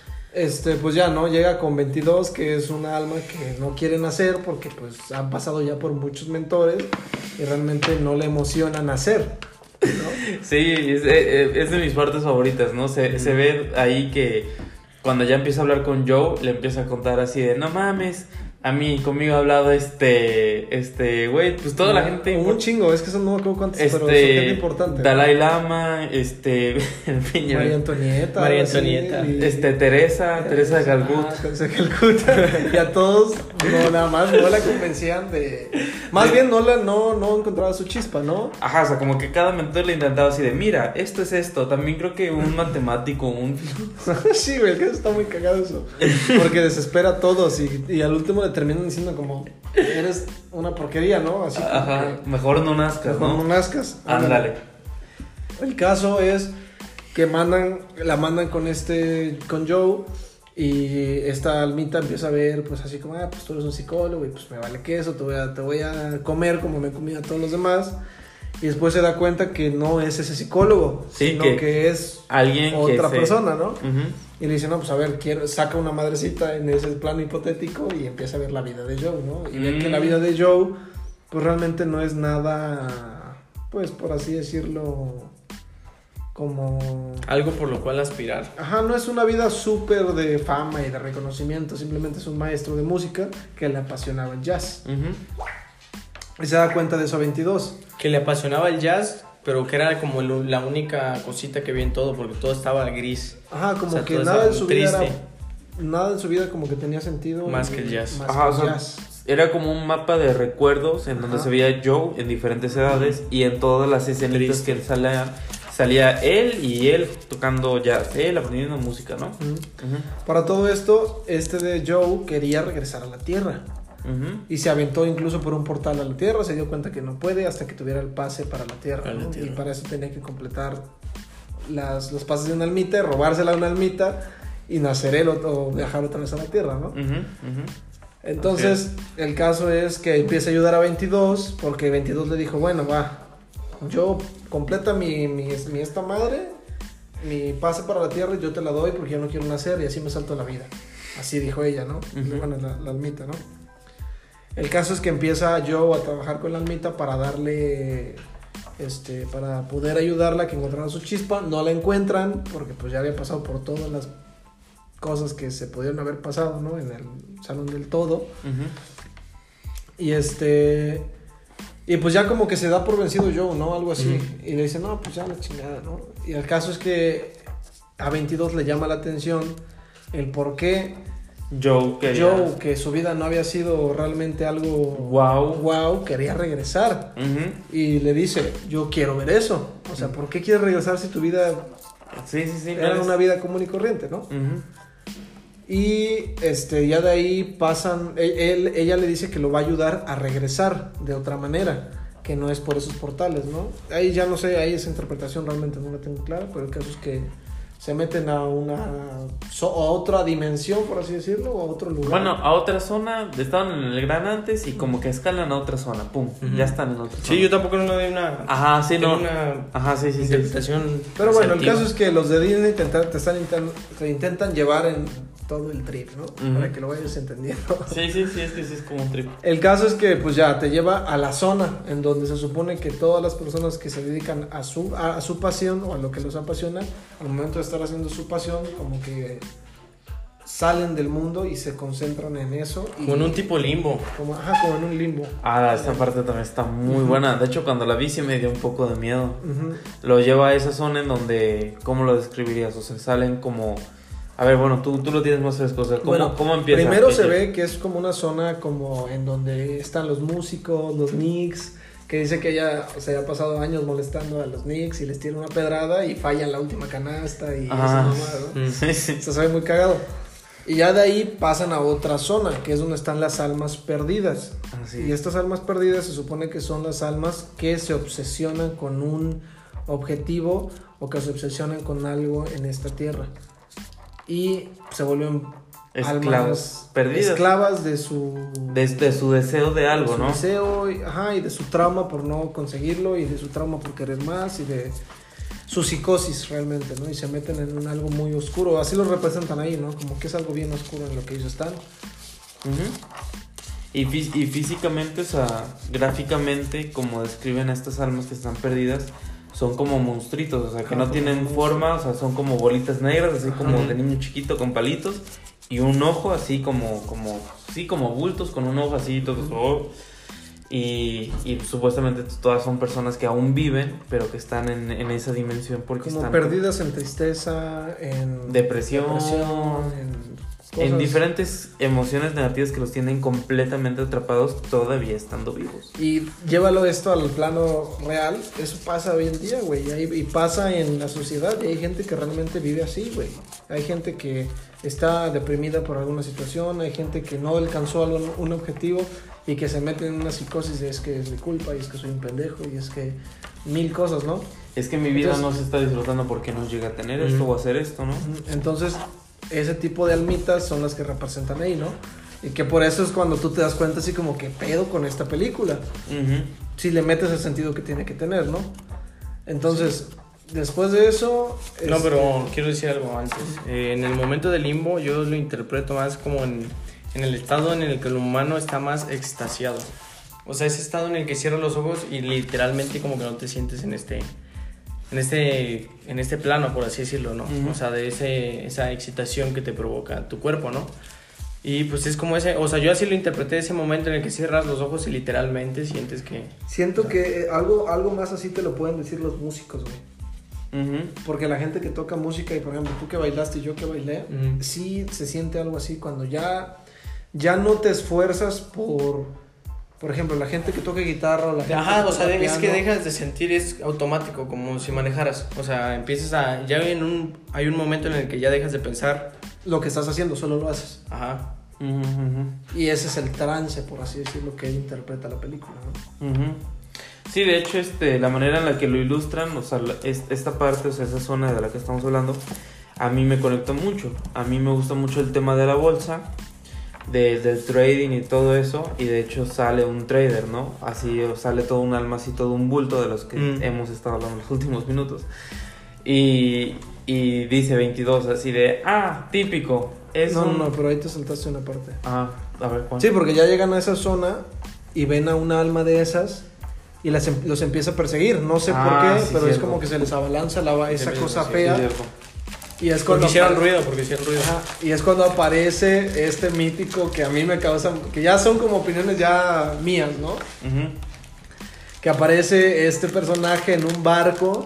Este, pues ya, ¿no? Llega con veintidós, que es una alma que no quiere nacer porque pues han pasado ya por muchos mentores y realmente no le emociona nacer, ¿no? Sí, es, es- es de mis partes favoritas, ¿no? Se, se ve ahí que cuando ya empieza a hablar con Joe, le empieza a contar así de, no mames, a mí, conmigo ha hablado este, este, güey, pues toda la gente... Un chingo, es que son no me acuerdo cuántos, pero son Este, gente importante. Dalai Lama, este, en fin, ya María ves. Antonieta. María sí, Antonieta. y- este, Teresa, Teresa de Calcuta. Ah, Teresa de Calcuta. Y a todos, no, nada más, no la convencían de... Más De- bien no, la, no, no encontraba su chispa, ¿no? Ajá, o sea, como que cada mentor le intentaba así de, mira, esto es esto. También creo que un matemático, un... Sí, güey, que está muy cagado eso. Porque desespera a todos y, y al último le terminan diciendo como, eres una porquería, ¿no? Así como Ajá, que, mejor no nazcas, mejor no ¿no? nazcas. Ándale. El caso es que mandan, la mandan con este, con Joe, y esta almita empieza a ver, pues así como, ah, pues tú eres un psicólogo y pues me vale queso, te voy a, te voy a comer como me he comido a todos los demás. Y después se da cuenta que no es ese psicólogo, Sí, sino que que, es Alguien que otra se- persona, ¿no? Ujú. Y le dice, no, pues a ver, quiero, saca una madrecita en ese plano hipotético y empieza a ver la vida de Joe, ¿no? Y ve Mm. que la vida de Joe, pues realmente no es nada, pues por así decirlo, como... algo por lo cual aspirar. Ajá, no es una vida súper de fama y de reconocimiento, simplemente es un maestro de música que le apasionaba el jazz. Uh-huh. Y se da cuenta de eso a veintidós. Que le apasionaba el jazz, pero que era como lo, la única cosita que vi en todo, porque todo estaba gris. Ajá, como o sea, que nada en su vida era, nada en su vida como que tenía sentido. Más que el jazz. Más Ajá, que el o sea, jazz. Era como un mapa de recuerdos en donde Ajá. se veía Joe en diferentes edades y en todas las escenitas que él salía, salía él y él tocando jazz, él aprendiendo música, ¿no? Uh-huh. Uh-huh. Para todo esto, este de Joe quería regresar a la Tierra. Uh-huh. Y se aventó incluso por un portal a la Tierra, se dio cuenta que no puede hasta que tuviera el pase para la Tierra, para ¿no? la tierra. Y para eso tenía que completar las, los pases de una almita, robársela a una almita y nacer él o, o viajar otra vez a la Tierra, ¿no? Uh-huh. Uh-huh. Entonces, okay. el caso es que empieza a ayudar a veintidós, porque veintidós le dijo, bueno, va, yo completa mi, mi, mi esta madre, mi pase para la Tierra, yo te la doy porque yo no quiero nacer y así me salto la vida. Así dijo ella, ¿no? Uh-huh. Bueno, la, la almita, ¿no? El caso es que empieza Joe a trabajar con la almita para darle, este, para poder ayudarla a que encontrara su chispa. No la encuentran porque pues ya había pasado por todas las cosas que se pudieron haber pasado, ¿no? En el salón del todo. Uh-huh. Y este... Y pues ya como que se da por vencido Joe, ¿no? Algo así. Uh-huh. Y le dice, no, pues ya la chingada, ¿no? Y el caso es que a veintidós le llama la atención el por qué Joe quería... Joe, que su vida no había sido realmente algo... Wow. Wow, quería regresar. Uh-huh. Y le dice, yo quiero ver eso. O sea, ¿por qué quieres regresar si tu vida... Sí, sí, sí. Era no una es... vida común y corriente, ¿no? Uh-huh. Y este, ya de ahí pasan, él, ella le dice que lo va a ayudar a regresar de otra manera, que no es por esos portales, ¿no? Ahí ya no sé, ahí esa interpretación realmente no la tengo clara, pero el caso es que se meten a una a otra dimensión, por así decirlo, o a otro lugar. Bueno, a otra zona, estaban en el gran antes y como que escalan a otra zona, pum, uh-huh. ya están en otra zona. Sí, yo tampoco no doy una... Ajá, sí, no. Una Ajá, sí, sí, interpretación sí. Pero bueno, el caso es que los de Disney intentan, te, están, te intentan llevar en todo el trip, ¿no? Uh-huh. Para que lo vayas entendiendo. Sí, sí, sí, es que sí es como un trip. El caso es que pues ya te lleva a la zona en donde se supone que todas las personas que se dedican a su, a, a su pasión o a lo que los apasiona, al momento de estar haciendo su pasión, como que salen del mundo y se concentran en eso. Y como en un tipo limbo. Como, ajá, como en un limbo. Ah, esta parte también está muy uh-huh. buena. De hecho, cuando la vi sí me dio un poco de miedo. Uh-huh. Lo lleva a esa zona en donde, ¿cómo lo describirías? O sea, salen como... A ver, bueno, tú, tú lo tienes más fresco, o sea, ¿cómo, bueno, ¿cómo empieza? Primero se ve que es como una zona como en donde están los músicos, los Knicks, que dice que ella, o sea, ha pasado años molestando a los Knicks y les tira una pedrada y fallan la última canasta y ah, eso, ¿no? Sí, sí. Se sabe muy cagado. Y ya de ahí pasan a otra zona, que es donde están las almas perdidas. Así. Y estas almas perdidas se supone que son las almas que se obsesionan con un objetivo o que se obsesionan con algo en esta tierra. Y se vuelven esclavas perdidas, esclavas de su de, de su deseo de algo, de su ¿no? deseo y, ajá, y de su trauma por no conseguirlo y de su trauma por querer más y de su psicosis realmente, ¿no? Y se meten en un algo muy oscuro, así lo representan ahí, ¿no? Como que es algo bien oscuro en lo que ellos están. Uh-huh. Y, fí- y físicamente, o sea, gráficamente, como describen a estas almas que están perdidas, son como monstruitos, o sea, que Ajá, no tienen monstruos. forma, o sea, son como bolitas negras, así como Ajá. de niño chiquito con palitos, y un ojo así como, como, sí, como bultos con un ojo así, todo eso. Y, y supuestamente todas son personas que aún viven, pero que están en, en esa dimensión porque como están perdidas en tristeza, en depresión, depresión en, en diferentes emociones negativas que los tienen completamente atrapados todavía estando vivos. Y llévalo esto al plano real, eso pasa hoy en día, güey, y, y pasa en la sociedad, y hay gente que realmente vive así, güey. Hay gente que está deprimida por alguna situación, hay gente que no alcanzó algo, un objetivo y que se mete en una psicosis de es que es mi culpa y es que soy un pendejo y es que mil cosas, ¿no? Es que mi vida Entonces, no se está disfrutando porque no llega a tener uh-huh. esto o hacer esto, ¿no? Entonces, ese tipo de almitas son las que representan ahí, ¿no? Y que por eso es cuando tú te das cuenta así como que pedo con esta película. Uh-huh. Si le metes el sentido que tiene que tener, ¿no? Entonces, sí. después de eso... No, este... pero quiero decir algo antes. Eh, en el momento del limbo yo lo interpreto más como en, en el estado en el que el humano está más extasiado. O sea, ese estado en el que cierras los ojos y literalmente como que no te sientes en este... en este, en este plano, por así decirlo, ¿no? Uh-huh. O sea, de ese, esa excitación que te provoca tu cuerpo, ¿no? Y pues es como ese, o sea, yo así lo interpreté, ese momento en el que cierras los ojos y literalmente sientes que... Siento que algo, algo más así te lo pueden decir los músicos, güey. Uh-huh. Porque la gente que toca música, y por ejemplo tú que bailaste y yo que bailé, uh-huh. sí se siente algo así cuando ya, ya no te esfuerzas por, por ejemplo, la gente que toca guitarra o la gente Ajá, que o sea, toca es piano, que dejas de sentir, es automático, como si manejaras, o sea, empiezas a, ya en un, hay un momento en el que ya dejas de pensar. Lo que estás haciendo, solo lo haces. Ajá. Uh-huh. Y ese es el trance, por así decirlo, que él interpreta la película, ¿no? Uh-huh. Sí, de hecho, este, la manera en la que lo ilustran, o sea, la, es, esta parte, o sea, esa zona de la que estamos hablando, a mí me conecta mucho. A mí me gusta mucho el tema de la bolsa, de, del trading y todo eso, y de hecho sale un trader, ¿no? Así, o sale todo un alma, así todo un bulto de los que mm. hemos estado hablando en los últimos minutos. Y, y dice veintidós, así de, ah, típico. Es no, un... no, pero ahí te saltaste una parte. Ah, a ver, ¿cuál? Sí, porque ya llegan a esa zona y ven a un alma de esas y las, los empieza a perseguir. No sé ah, por qué, sí, pero cierto. Es como que se les abalanza la, esa sí, cosa sí, fea. Sí, y es cuando porque hicieron apare- ruido, porque hicieron ruido. Ajá, y es cuando aparece este mítico que a mí me causa, que ya son como opiniones ya mías, ¿no? Uh-huh. Que aparece este personaje en un barco.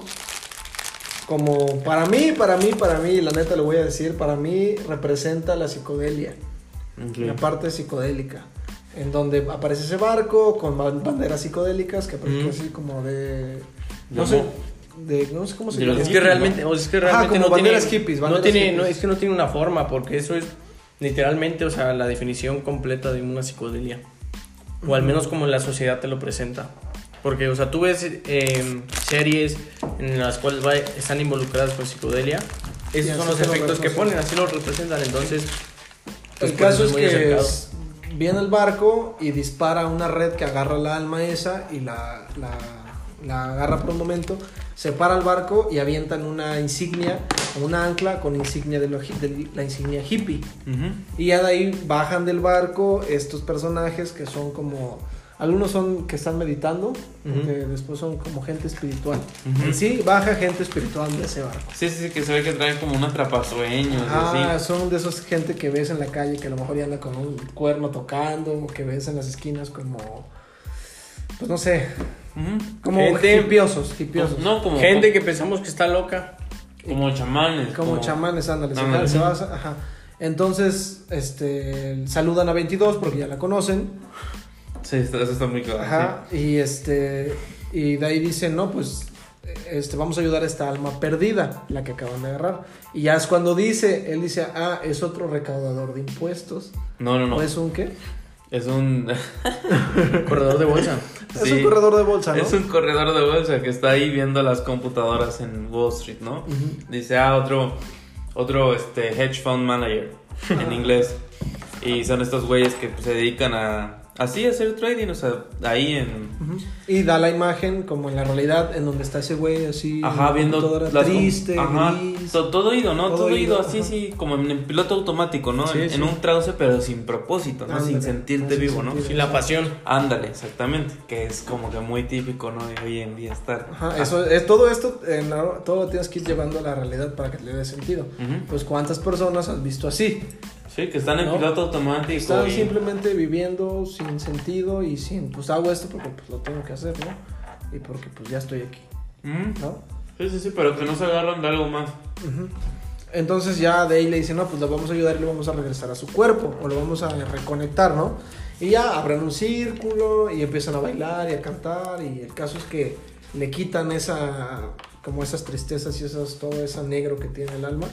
Como para mí, para mí, para mí, la neta lo voy a decir, para mí representa la psicodelia, okay. La parte psicodélica, en donde aparece ese barco con banderas psicodélicas que aparece mm. así como de, no ¿Cómo? sé, de, no sé cómo se llama. Es que realmente, o es que realmente Ajá, como no banderas tiene, hippies, no banderas tiene, hippies. no, es que no tiene una forma, porque eso es literalmente, o sea, la definición completa de una psicodelia, o al menos como la sociedad te lo presenta. Porque, o sea, tú ves eh, series en las cuales va, están involucradas con psicodelia. Esos y son los efectos que ponen, así lo representan. Entonces, pues, el caso es que es, viene el barco y dispara una red que agarra la alma esa y la, la, la agarra por un momento. Se para el barco y avientan una insignia, una ancla con insignia de, lo, de la insignia hippie. Uh-huh. Y ya de ahí bajan del barco estos personajes que son como... Algunos son que están meditando, uh-huh. que después son como gente espiritual. Uh-huh. En sí, baja gente espiritual de ese barco. Sí, sí, sí, que se ve que traen como una atrapasueños. Ah, así. Son de esos gente que ves en la calle que a lo mejor ya anda con un cuerno tocando, o que ves en las esquinas como, pues no sé, uh-huh. como gente, hipiosos, hipiosos. No, como gente que pensamos que está loca. Como chamanes. Como, como chamanes, ándale. ándale. Se va, ajá. Entonces, este, saludan a veintidós porque ya la conocen. Sí, eso está muy claro. Ajá, sí. y este y de ahí dicen, no, pues este vamos a ayudar a esta alma perdida, la que acaban de agarrar. Y ya es cuando dice, él dice, "Ah, es otro recaudador de impuestos." No, no, no. ¿O es un qué? Es un corredor de bolsa. Sí, es un sí, corredor de bolsa, ¿no? Es un corredor de bolsa que está ahí viendo las computadoras en Wall Street, ¿no? Uh-huh. Dice, "Ah, otro otro este hedge fund manager" en inglés. Y son estos güeyes que pues, se dedican a así hacer trading, o sea, ahí en... Uh-huh. Y da la imagen como en la realidad, en donde está ese güey así... Ajá, viendo... Toda triste, ajá, gris... Todo, todo ido, ¿no? Todo, todo ido, así, ajá. sí, como en, en piloto automático, ¿no? Sí, en, sí. en un trance, pero sin propósito, ¿no? Ándale, sin sentirte sin vivo, ¿no? sentir. Sin la pasión. Ándale, exactamente, que es como que muy típico, ¿no? De hoy en día estar... Ajá, eso es todo esto, en la, todo lo tienes que ir llevando a la realidad para que le dé sentido. Uh-huh. Pues, ¿cuántas personas has visto así? Sí, que están en ¿no? piloto automático. Están y... simplemente viviendo sin sentido y sin, pues hago esto porque pues lo tengo que hacer, ¿no? Y porque pues ya estoy aquí, ¿Mm? ¿no? Sí, sí, sí, pero que no se agarran de algo más. Uh-huh. Entonces ya de ahí le dicen, no, pues le vamos a ayudar y le vamos a regresar a su cuerpo, o lo vamos a reconectar, ¿no? Y ya abren un círculo y empiezan a bailar y a cantar, y el caso es que le quitan esa, como esas tristezas y esas, todo ese negro que tiene el alma,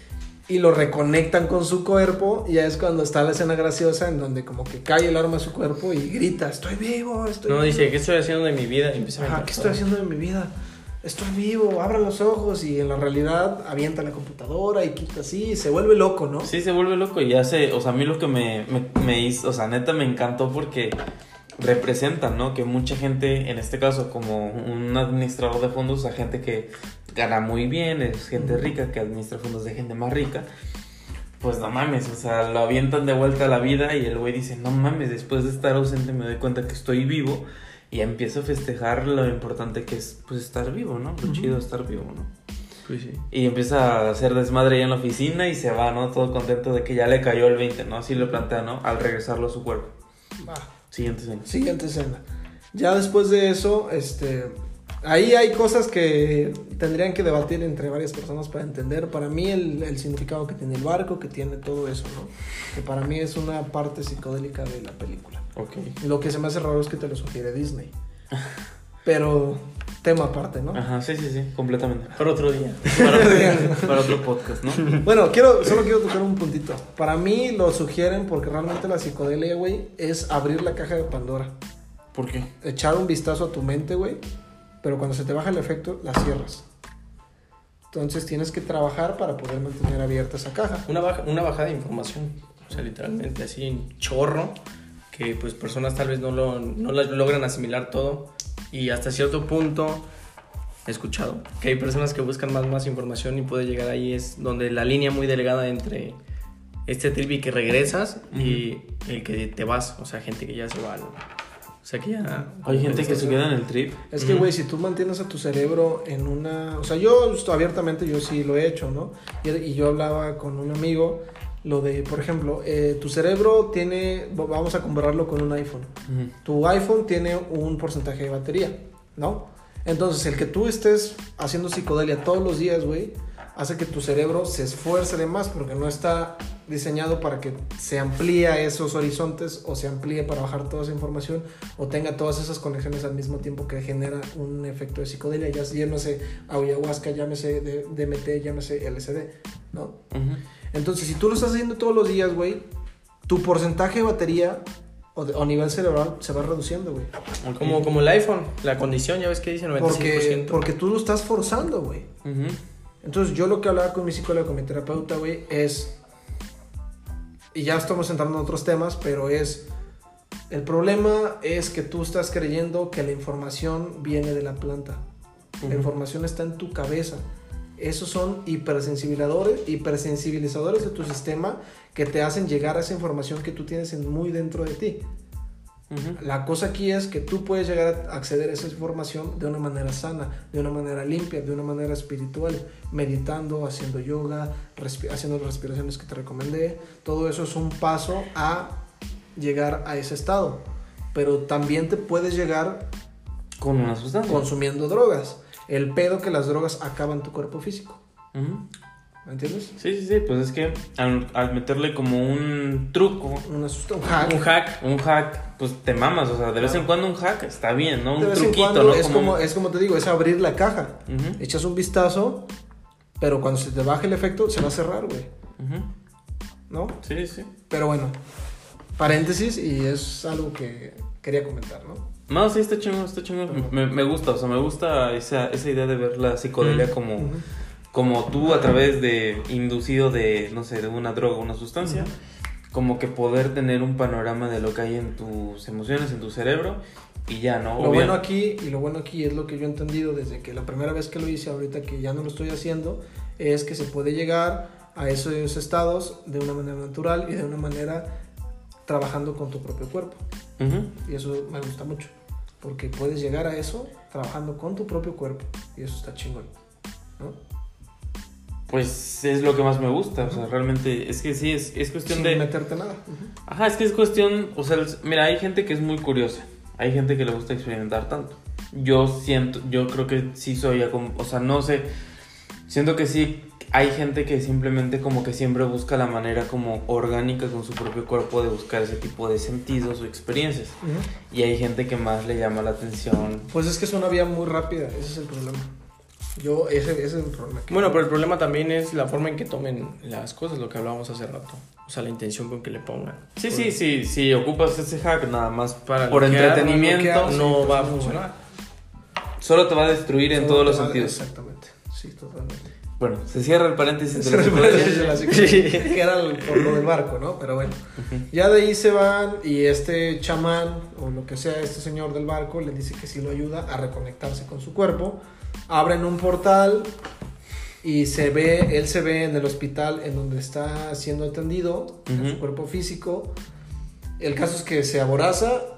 y lo reconectan con su cuerpo. Y ya es cuando está la escena graciosa en donde como que cae el arma a su cuerpo y grita, estoy vivo, estoy no, vivo. Dice, ¿qué estoy haciendo de mi vida? Y empieza a Ajá, ¿qué estoy haciendo de mi vida? Estoy vivo, abra los ojos. Y en la realidad avienta la computadora y quita así, se vuelve loco, ¿no? Sí, se vuelve loco y hace, o sea, a mí lo que me, me, me hizo, o sea, neta me encantó porque representan, ¿no? Que mucha gente, en este caso como un administrador de fondos, o sea, gente que gana muy bien, es gente rica que administra fondos de gente más rica, pues no mames, o sea, lo avientan de vuelta a la vida y el güey dice, no mames, después de estar ausente me doy cuenta que estoy vivo y empieza a festejar lo importante que es, pues, estar vivo, ¿no? Lo uh-huh. chido de estar vivo, ¿no? Pues sí. Y empieza a hacer desmadre ya en la oficina y se va, ¿no? Todo contento de que ya le cayó el veinte, ¿no? Así lo plantea, ¿no? Al regresarlo a su cuerpo. Va. Siguiente escena. Siguiente escena. Ya después de eso, este... ahí hay cosas que tendrían que debatir entre varias personas para entender. Para mí el, el significado que tiene el barco, que tiene todo eso, ¿no? Que para mí es una parte psicodélica de la película. Okay. Lo que se me hace raro es que te lo sugiere Disney. Pero tema aparte, ¿no? Ajá, sí, sí, sí, completamente. Para otro día. Para otro, día, para otro podcast, ¿no? Bueno, quiero, solo quiero tocar un puntito. Para mí lo sugieren porque realmente la psicodelia, güey, es abrir la caja de Pandora. ¿Por qué? Echar un vistazo a tu mente, güey. Pero cuando se te baja el efecto, la cierras. Entonces tienes que trabajar para poder mantener abierta esa caja. Una, baja, una bajada de información. O sea, literalmente así en chorro. Que pues personas tal vez no lo no logran asimilar todo. Y hasta cierto punto he escuchado que hay personas que buscan más, más información y puede llegar ahí. Es donde la línea muy delgada entre este trip y que regresas uh-huh. y el que te vas. O sea, gente que ya se va al... O sea que ya... Hay gente que se queda en el trip. Es que, güey, uh-huh. si tú mantienes a tu cerebro en una... O sea, yo abiertamente, yo sí lo he hecho, ¿no? Y, y yo hablaba con un amigo, lo de, por ejemplo, eh, tu cerebro tiene... Vamos a compararlo con un iPhone. Uh-huh. Tu iPhone tiene un porcentaje de batería, ¿no? Entonces, el que tú estés haciendo psicodelia todos los días, güey, hace que tu cerebro se esfuerce de más porque no está diseñado para que se amplíe a esos horizontes o se amplíe para bajar toda esa información o tenga todas esas conexiones al mismo tiempo que genera un efecto de psicodelia, ya llámese ayahuasca, llámese D M T, llámese L S D, ¿no? Uh-huh. Entonces, si tú lo estás haciendo todos los días, güey, tu porcentaje de batería o, de, o nivel cerebral se va reduciendo, güey. Okay. Como, como el iPhone, la condición, ya ves que dice noventa y cinco por ciento. Porque, porque tú lo estás forzando, güey. Uh-huh. Entonces, yo lo que hablaba con mi psicólogo, con mi terapeuta, güey, es... Y ya estamos entrando en otros temas, pero es... El problema es que tú estás creyendo que la información viene de la planta. Uh-huh. La información está en tu cabeza. Esos son hipersensibilizadores, hipersensibilizadores de tu sistema que te hacen llegar a esa información que tú tienes en muy dentro de ti. Uh-huh. La cosa aquí es que tú puedes llegar a acceder a esa información de una manera sana, de una manera limpia, de una manera espiritual, meditando, haciendo yoga, respi- haciendo las respiraciones que te recomendé. Todo eso es un paso a llegar a ese estado. Pero también te puedes llegar con una sustancia, consumiendo drogas. El pedo que las drogas acaban tu cuerpo físico. Uh-huh. ¿Me entiendes? Sí, sí, sí, pues es que al, al meterle como un truco, una susta- un hack, un hack, un hack, pues te mamas, o sea, de vez en cuando un hack está bien, ¿no? Un de vez truquito, en cuando ¿no? Es como... como, es como te digo, es abrir la caja, uh-huh. echas un vistazo, pero cuando se te baje el efecto se va a cerrar, güey, uh-huh. ¿no? Sí, sí. Pero bueno, paréntesis y es algo que quería comentar, ¿no? No, sí, está chingón, está chingón, uh-huh. me, me gusta, o sea, me gusta esa, esa idea de ver la psicodelia uh-huh. como... Uh-huh. Como tú a través de, inducido de, no sé, de una droga o una sustancia, uh-huh. como que poder tener un panorama de lo que hay en tus emociones, en tu cerebro, y ya, ¿no? Lo bueno aquí, y lo bueno aquí es lo que yo he entendido desde que la primera vez que lo hice, ahorita que ya no lo estoy haciendo, es que se puede llegar a esos estados de una manera natural y de una manera trabajando con tu propio cuerpo. Uh-huh. Y eso me gusta mucho, porque puedes llegar a eso trabajando con tu propio cuerpo, y eso está chingón, ¿no? Pues es lo que más me gusta, uh-huh. o sea, realmente es que sí, es, es cuestión Sin de... Sin meterte nada. Uh-huh. Ajá, es que es cuestión, o sea, mira, hay gente que es muy curiosa, hay gente que le gusta experimentar tanto. Yo siento, yo creo que sí soy, o sea, no sé, siento que sí hay gente que simplemente como que siempre busca la manera como orgánica con su propio cuerpo de buscar ese tipo de sentidos o experiencias. Uh-huh. Y hay gente que más le llama la atención. Pues es que es una vía muy rápida, ese es el problema. Yo, ese, ese es el problema. Que bueno, pero el problema también es la forma en que tomen las cosas, lo que hablábamos hace rato. O sea, la intención con que le pongan. Sí, sí, sí. Si ocupas ese hack nada más para por entretenimiento, no, sí, no va a funcionar. Solo te va a destruir Solo en todos los sentidos. Exactamente. Sí, totalmente. Bueno, se cierra el paréntesis de la psicología. Que era el, por lo del barco, ¿no? Pero bueno. Uh-huh. Ya de ahí se van y este chamán, o lo que sea, este señor del barco, le dice que sí lo ayuda a reconectarse con su cuerpo. Abren un portal y se ve, él se ve en el hospital en donde está siendo atendido, uh-huh. en su cuerpo físico. El caso es que se aboraza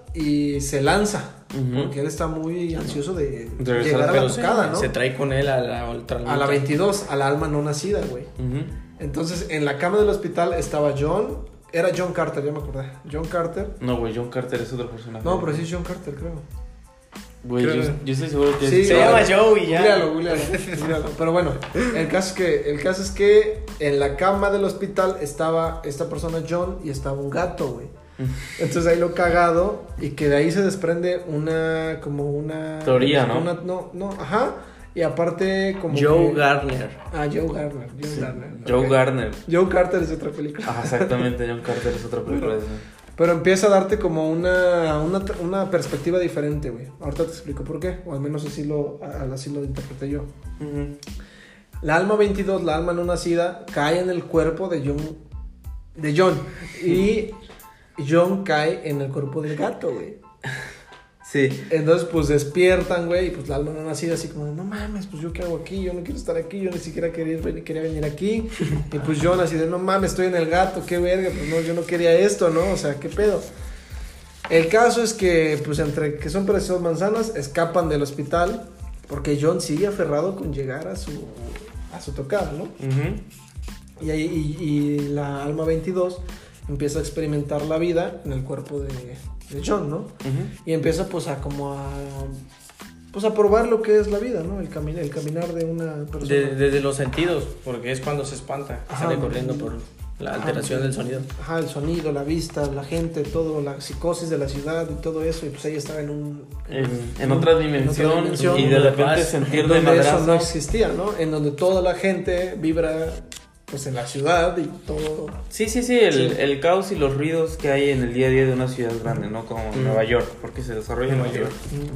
y se lanza. Uh-huh. Porque él está muy ansioso de, de llegar a la tocada, ¿no? Se trae con él a la otra A la veintidós, a la alma no nacida, güey. Uh-huh. Entonces, en la cama del hospital estaba John. Era John Carter, ya me acordé. John Carter. No, güey, John Carter es otro personaje. No, pero sí es John Carter, creo. Güey, creo. yo, yo estoy seguro que Sí, es... se llama Joe y ya. Googlealo, googlealo, googlealo. Pero bueno, el caso, es que, el caso es que en la cama del hospital estaba esta persona John y estaba un gato, güey. Entonces ahí lo cagado y que de ahí se desprende una, como una... Teoría, ¿no? Una, no, no, ajá. Y aparte como Joe que... Garner. Ah, Joe Garner, Joe Sí. Garner. Joe Okay. Garner. Joe Carter es otra película. Ah, exactamente, John Carter es otra película. Bueno. Pero empieza a darte como una, una, una perspectiva diferente, güey. Ahorita te explico por qué, o al menos así lo, así lo interpreté yo. Uh-huh. La alma veintidós, la alma no nacida, cae en el cuerpo de John, de John y John cae en el cuerpo del gato, güey. Sí. Entonces, pues despiertan, güey, y pues la alma no nacida así como, no mames, pues yo qué hago aquí, yo no quiero estar aquí, yo ni siquiera quería, quería venir aquí. Y pues John así de, no mames, estoy en el gato, qué verga, pues no, yo no quería esto, ¿no? O sea, qué pedo. El caso es que, pues entre que son preciosas manzanas, escapan del hospital, porque John sigue aferrado con llegar a su, a su tocada, ¿no? Uh-huh. Y, ahí, y, y la alma veintidós empieza a experimentar la vida en el cuerpo de, de John, ¿no? Uh-huh. Y empieza pues a como a pues a probar lo que es la vida, ¿no? El, cami- el caminar de una persona. De- desde los sentidos, porque es cuando se espanta, Ajá. sale corriendo por la alteración Ajá. del sonido. Ajá, el sonido, la vista, la gente, todo, la psicosis de la ciudad y todo eso. Y pues ella estaba en un... En, en otra dimensión, en otra dimensión, y de repente paz, sentir de donde eso no madrazo. existía, ¿no? En donde toda la gente vibra pues en la ciudad y todo... Sí, sí, sí, el, Sí. el caos y los ruidos que hay en el día a día de una ciudad grande, ¿no? Como Mm. Nueva York, porque se desarrolla en Nueva York.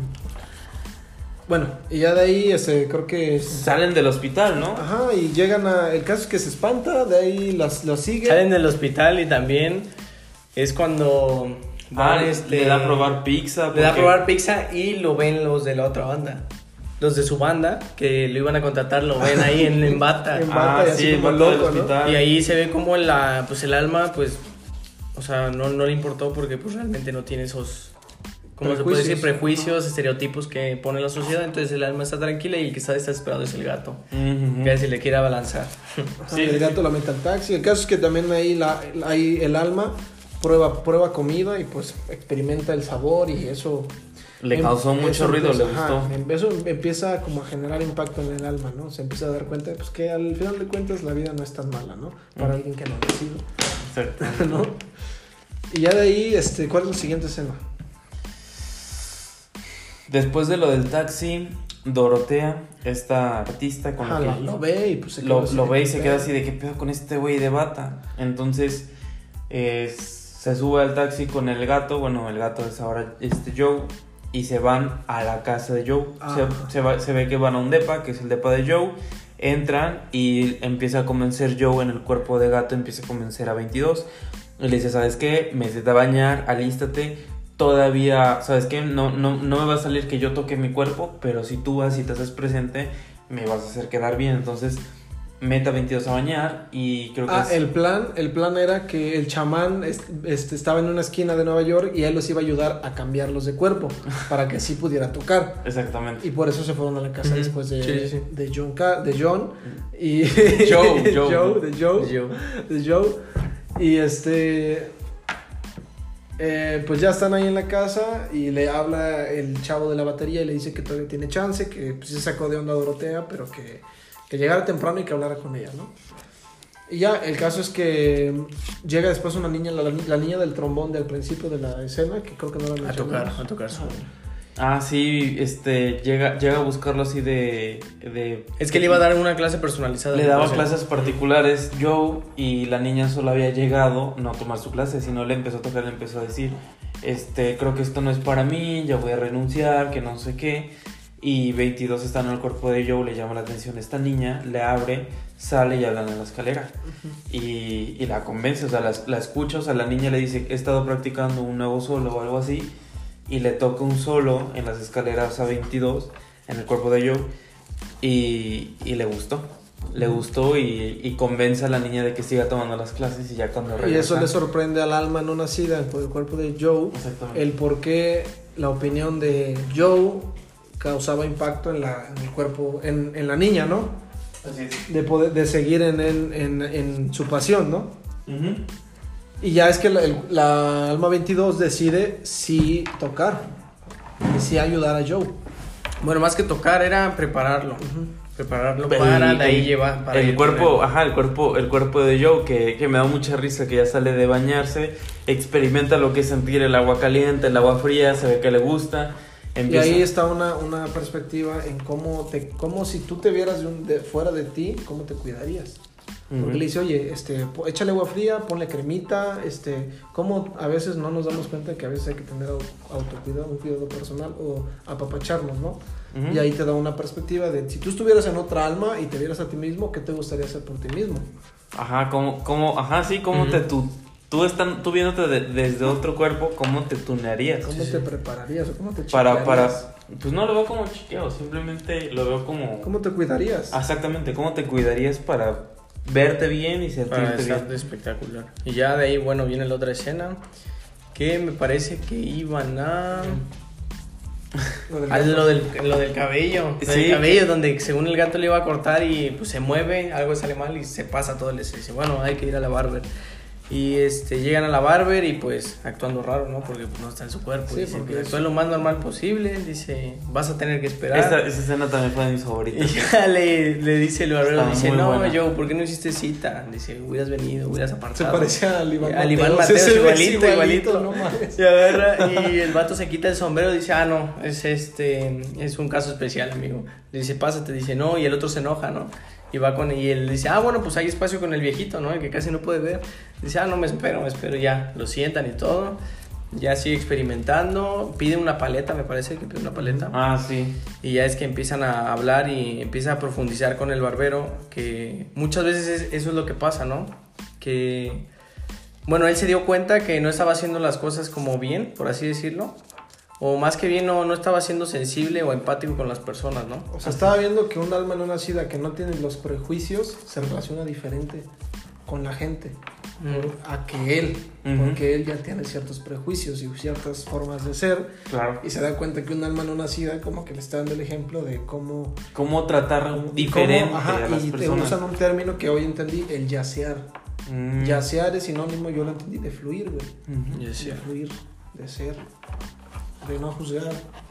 Bueno, y ya de ahí este, creo que... es- Salen del hospital, ¿no? Ajá, y llegan a... El caso es que se espanta, de ahí las, los sigue. Salen del hospital y también es cuando Ah, van, este, le da a probar pizza. le da a porque- probar pizza y lo ven los de la otra banda. Los de su banda, que lo iban a contratar, lo ven ahí en, en bata. En Ah, bata y así sí, como el vato del loco, ¿no? hospital. Y ahí se ve como la, pues el alma, pues, o sea, no, no le importó porque pues realmente no tiene esos, ¿cómo se puede decir? Prejuicios. Prejuicios, estereotipos que pone la sociedad. Entonces el alma está tranquila y el que está desesperado es el gato, Ujú. que si le quiere abalanzar. Ajá, Sí. el gato la mete al taxi. El caso es que también ahí, la, ahí el alma prueba, prueba comida y pues experimenta el sabor y eso... Le em- causó eso mucho ruido, empieza- le ajá, gustó. em- eso empieza como a generar impacto en el alma, ¿no? Se empieza a dar cuenta pues que al final de cuentas la vida no es tan mala, ¿no? Para Mm. alguien que no ha nacido, Exacto. ¿no? Y ya de ahí, este, ¿cuál es la siguiente escena? Después de lo del taxi, Dorotea, esta artista con Ajá, la la- que lo ve y pues se lo, queda así lo de, ve y ¿qué se pedo? queda así de qué pedo con este güey de bata. Entonces eh, se sube al taxi con el gato, bueno, el gato es ahora este Joe, y se van a la casa de Joe. Ah. Se, se, va- se ve que van a un depa, que es el depa de Joe. Entran y empieza a convencer Joe en el cuerpo de gato, empieza a convencer a veintidós. Y le dice, ¿sabes qué? Métete a bañar, alístate. Todavía, ¿sabes qué? No, no, no me va a salir que yo toque mi cuerpo, pero si tú vas y te haces presente, me vas a hacer quedar bien. Entonces, meta veintidós a bañar y creo que Ah, es... el plan, el plan era que el chamán est- este, estaba en una esquina de Nueva York y él los iba a ayudar a cambiarlos de cuerpo para que así pudiera tocar. Exactamente. Y por eso se fueron a la casa Ujú. después de, Sí, sí, sí. de John Ca- de John y Joe, Joe. Joe, de Joe, Yo. de Joe. Y este eh, pues ya están ahí en la casa y le habla el chavo de la batería y le dice que todavía tiene chance, que pues se sacó de onda a Dorotea, pero que, que llegara temprano y que hablara con ella, ¿no? Y ya, el caso es que llega después una niña, la, la niña del trombón del principio de la escena, que creo que no la A tocar, mencionamos. a tocar su... Ajá. Ah, sí, este, llega, llega a buscarlo así de... de Es que le iba a dar una clase personalizada. Le daba Entonces, clases particulares Joe y la niña solo había llegado, no a tomar su clase, sino le empezó a tocar, le empezó a decir, este, creo que esto no es para mí, ya voy a renunciar, que no sé qué. Y veintidós están en el cuerpo de Joe, le llama la atención esta niña, le abre, sale y hablan en la escalera. y, y la convence, o sea, la, la escucha, o sea, la niña le dice, he estado practicando un nuevo solo o algo así, y le toca un solo en las escaleras a veintidós, en el cuerpo de Joe, y, y le gustó. le gustó y, y convence a la niña de que siga tomando las clases y ya cuando regresa. Y eso le sorprende al alma no nacida por el cuerpo de Joe, el por qué la opinión de Joe causaba impacto en, la, en el cuerpo, en, en la niña, ¿no? Así es. De, poder, de seguir en, en, en, en su pasión, ¿no? Uh-huh. Y ya es que la, el, la alma veintidós decide sí tocar y sí ayudar a Joe. Bueno, más que tocar era prepararlo. Uh-huh. Prepararlo el, para de ahí el, llevar para el cuerpo, ajá, el cuerpo, el cuerpo de Joe que, que me da mucha risa, que ya sale de bañarse, experimenta lo que es sentir el agua caliente, el agua fría, se ve que le gusta. Empieza. Y ahí está una, una perspectiva en cómo te, cómo si tú te vieras de un, de, fuera de ti, cómo te cuidarías. Porque uh-huh. le dice, oye, este, échale agua fría, ponle cremita, este, cómo a veces no nos damos cuenta que a veces hay que tener autocuidado, un cuidado personal o apapacharnos, ¿no? Uh-huh. Y ahí te da una perspectiva de si tú estuvieras en otra alma y te vieras a ti mismo, ¿qué te gustaría hacer por ti mismo? Ajá, como, como, ajá, sí, cómo uh-huh. te, tú, tú, están, tú viéndote de, desde otro cuerpo, ¿cómo te tunearías? ¿Cómo sí, te sí. prepararías o cómo te para, chequearías? para, pues no lo veo como chiqueo, simplemente lo veo como... ¿Cómo te cuidarías? Exactamente, ¿cómo te cuidarías para verte bien y sentirte bien? Espectacular. Y ya de ahí, bueno, viene la otra escena que me parece que iban a... Lo del, a lo del, lo del cabello, sí, lo del cabello, donde según el gato le iba a cortar y pues se mueve, algo sale mal y se pasa todo el estrés. Dice, bueno, hay que ir a la barber. Y este, llegan a la barber y pues actuando raro, ¿no? Porque pues, no está en su cuerpo. Sí, dice que actúa lo más normal posible. Dice, vas a tener que esperar. Esa, esa escena también fue de mis favoritas. Y ya le, le dice el barbero, dice, no, buena. Joe, ¿por qué no hiciste cita? Dice, hubieras venido, hubieras apartado. Se parecía al Iván Al Mateos, Iván Mateos, igualito, igualito. igualito no mames. Y agarra y el vato se quita el sombrero y dice, ah, no, es este, es un caso especial, amigo. Le dice, pásate, dice, no, y el otro se enoja, ¿no? Y va con y él dice, ah, bueno, pues hay espacio con el viejito, ¿no? El que casi no puede ver. Dice, ah, no, me espero, me espero, ya. Lo sientan y todo. Ya sigue experimentando. Pide una paleta, me parece que pide una paleta. Ah, sí. Y ya es que empiezan a hablar y empieza a profundizar con el barbero. Que muchas veces es, eso es lo que pasa, ¿no? Que, bueno, él se dio cuenta que no estaba haciendo las cosas como bien, por así decirlo. O más que bien, no, no estaba siendo sensible o empático con las personas, ¿no? O sea, estaba viendo que un alma no nacida que no tiene los prejuicios se relaciona diferente con la gente mm. a que él, uh-huh. porque él ya tiene ciertos prejuicios y ciertas formas de ser. Claro. Y se da cuenta que un alma no nacida como que le está dando el ejemplo de cómo... Cómo tratar cómo, diferente cómo, ajá, a las y personas. Y usan un término que hoy entendí, el yacear. Mm. Yacear es sinónimo, yo lo entendí, de fluir, güey. Uh-huh. De fluir, de ser... de no juzgar,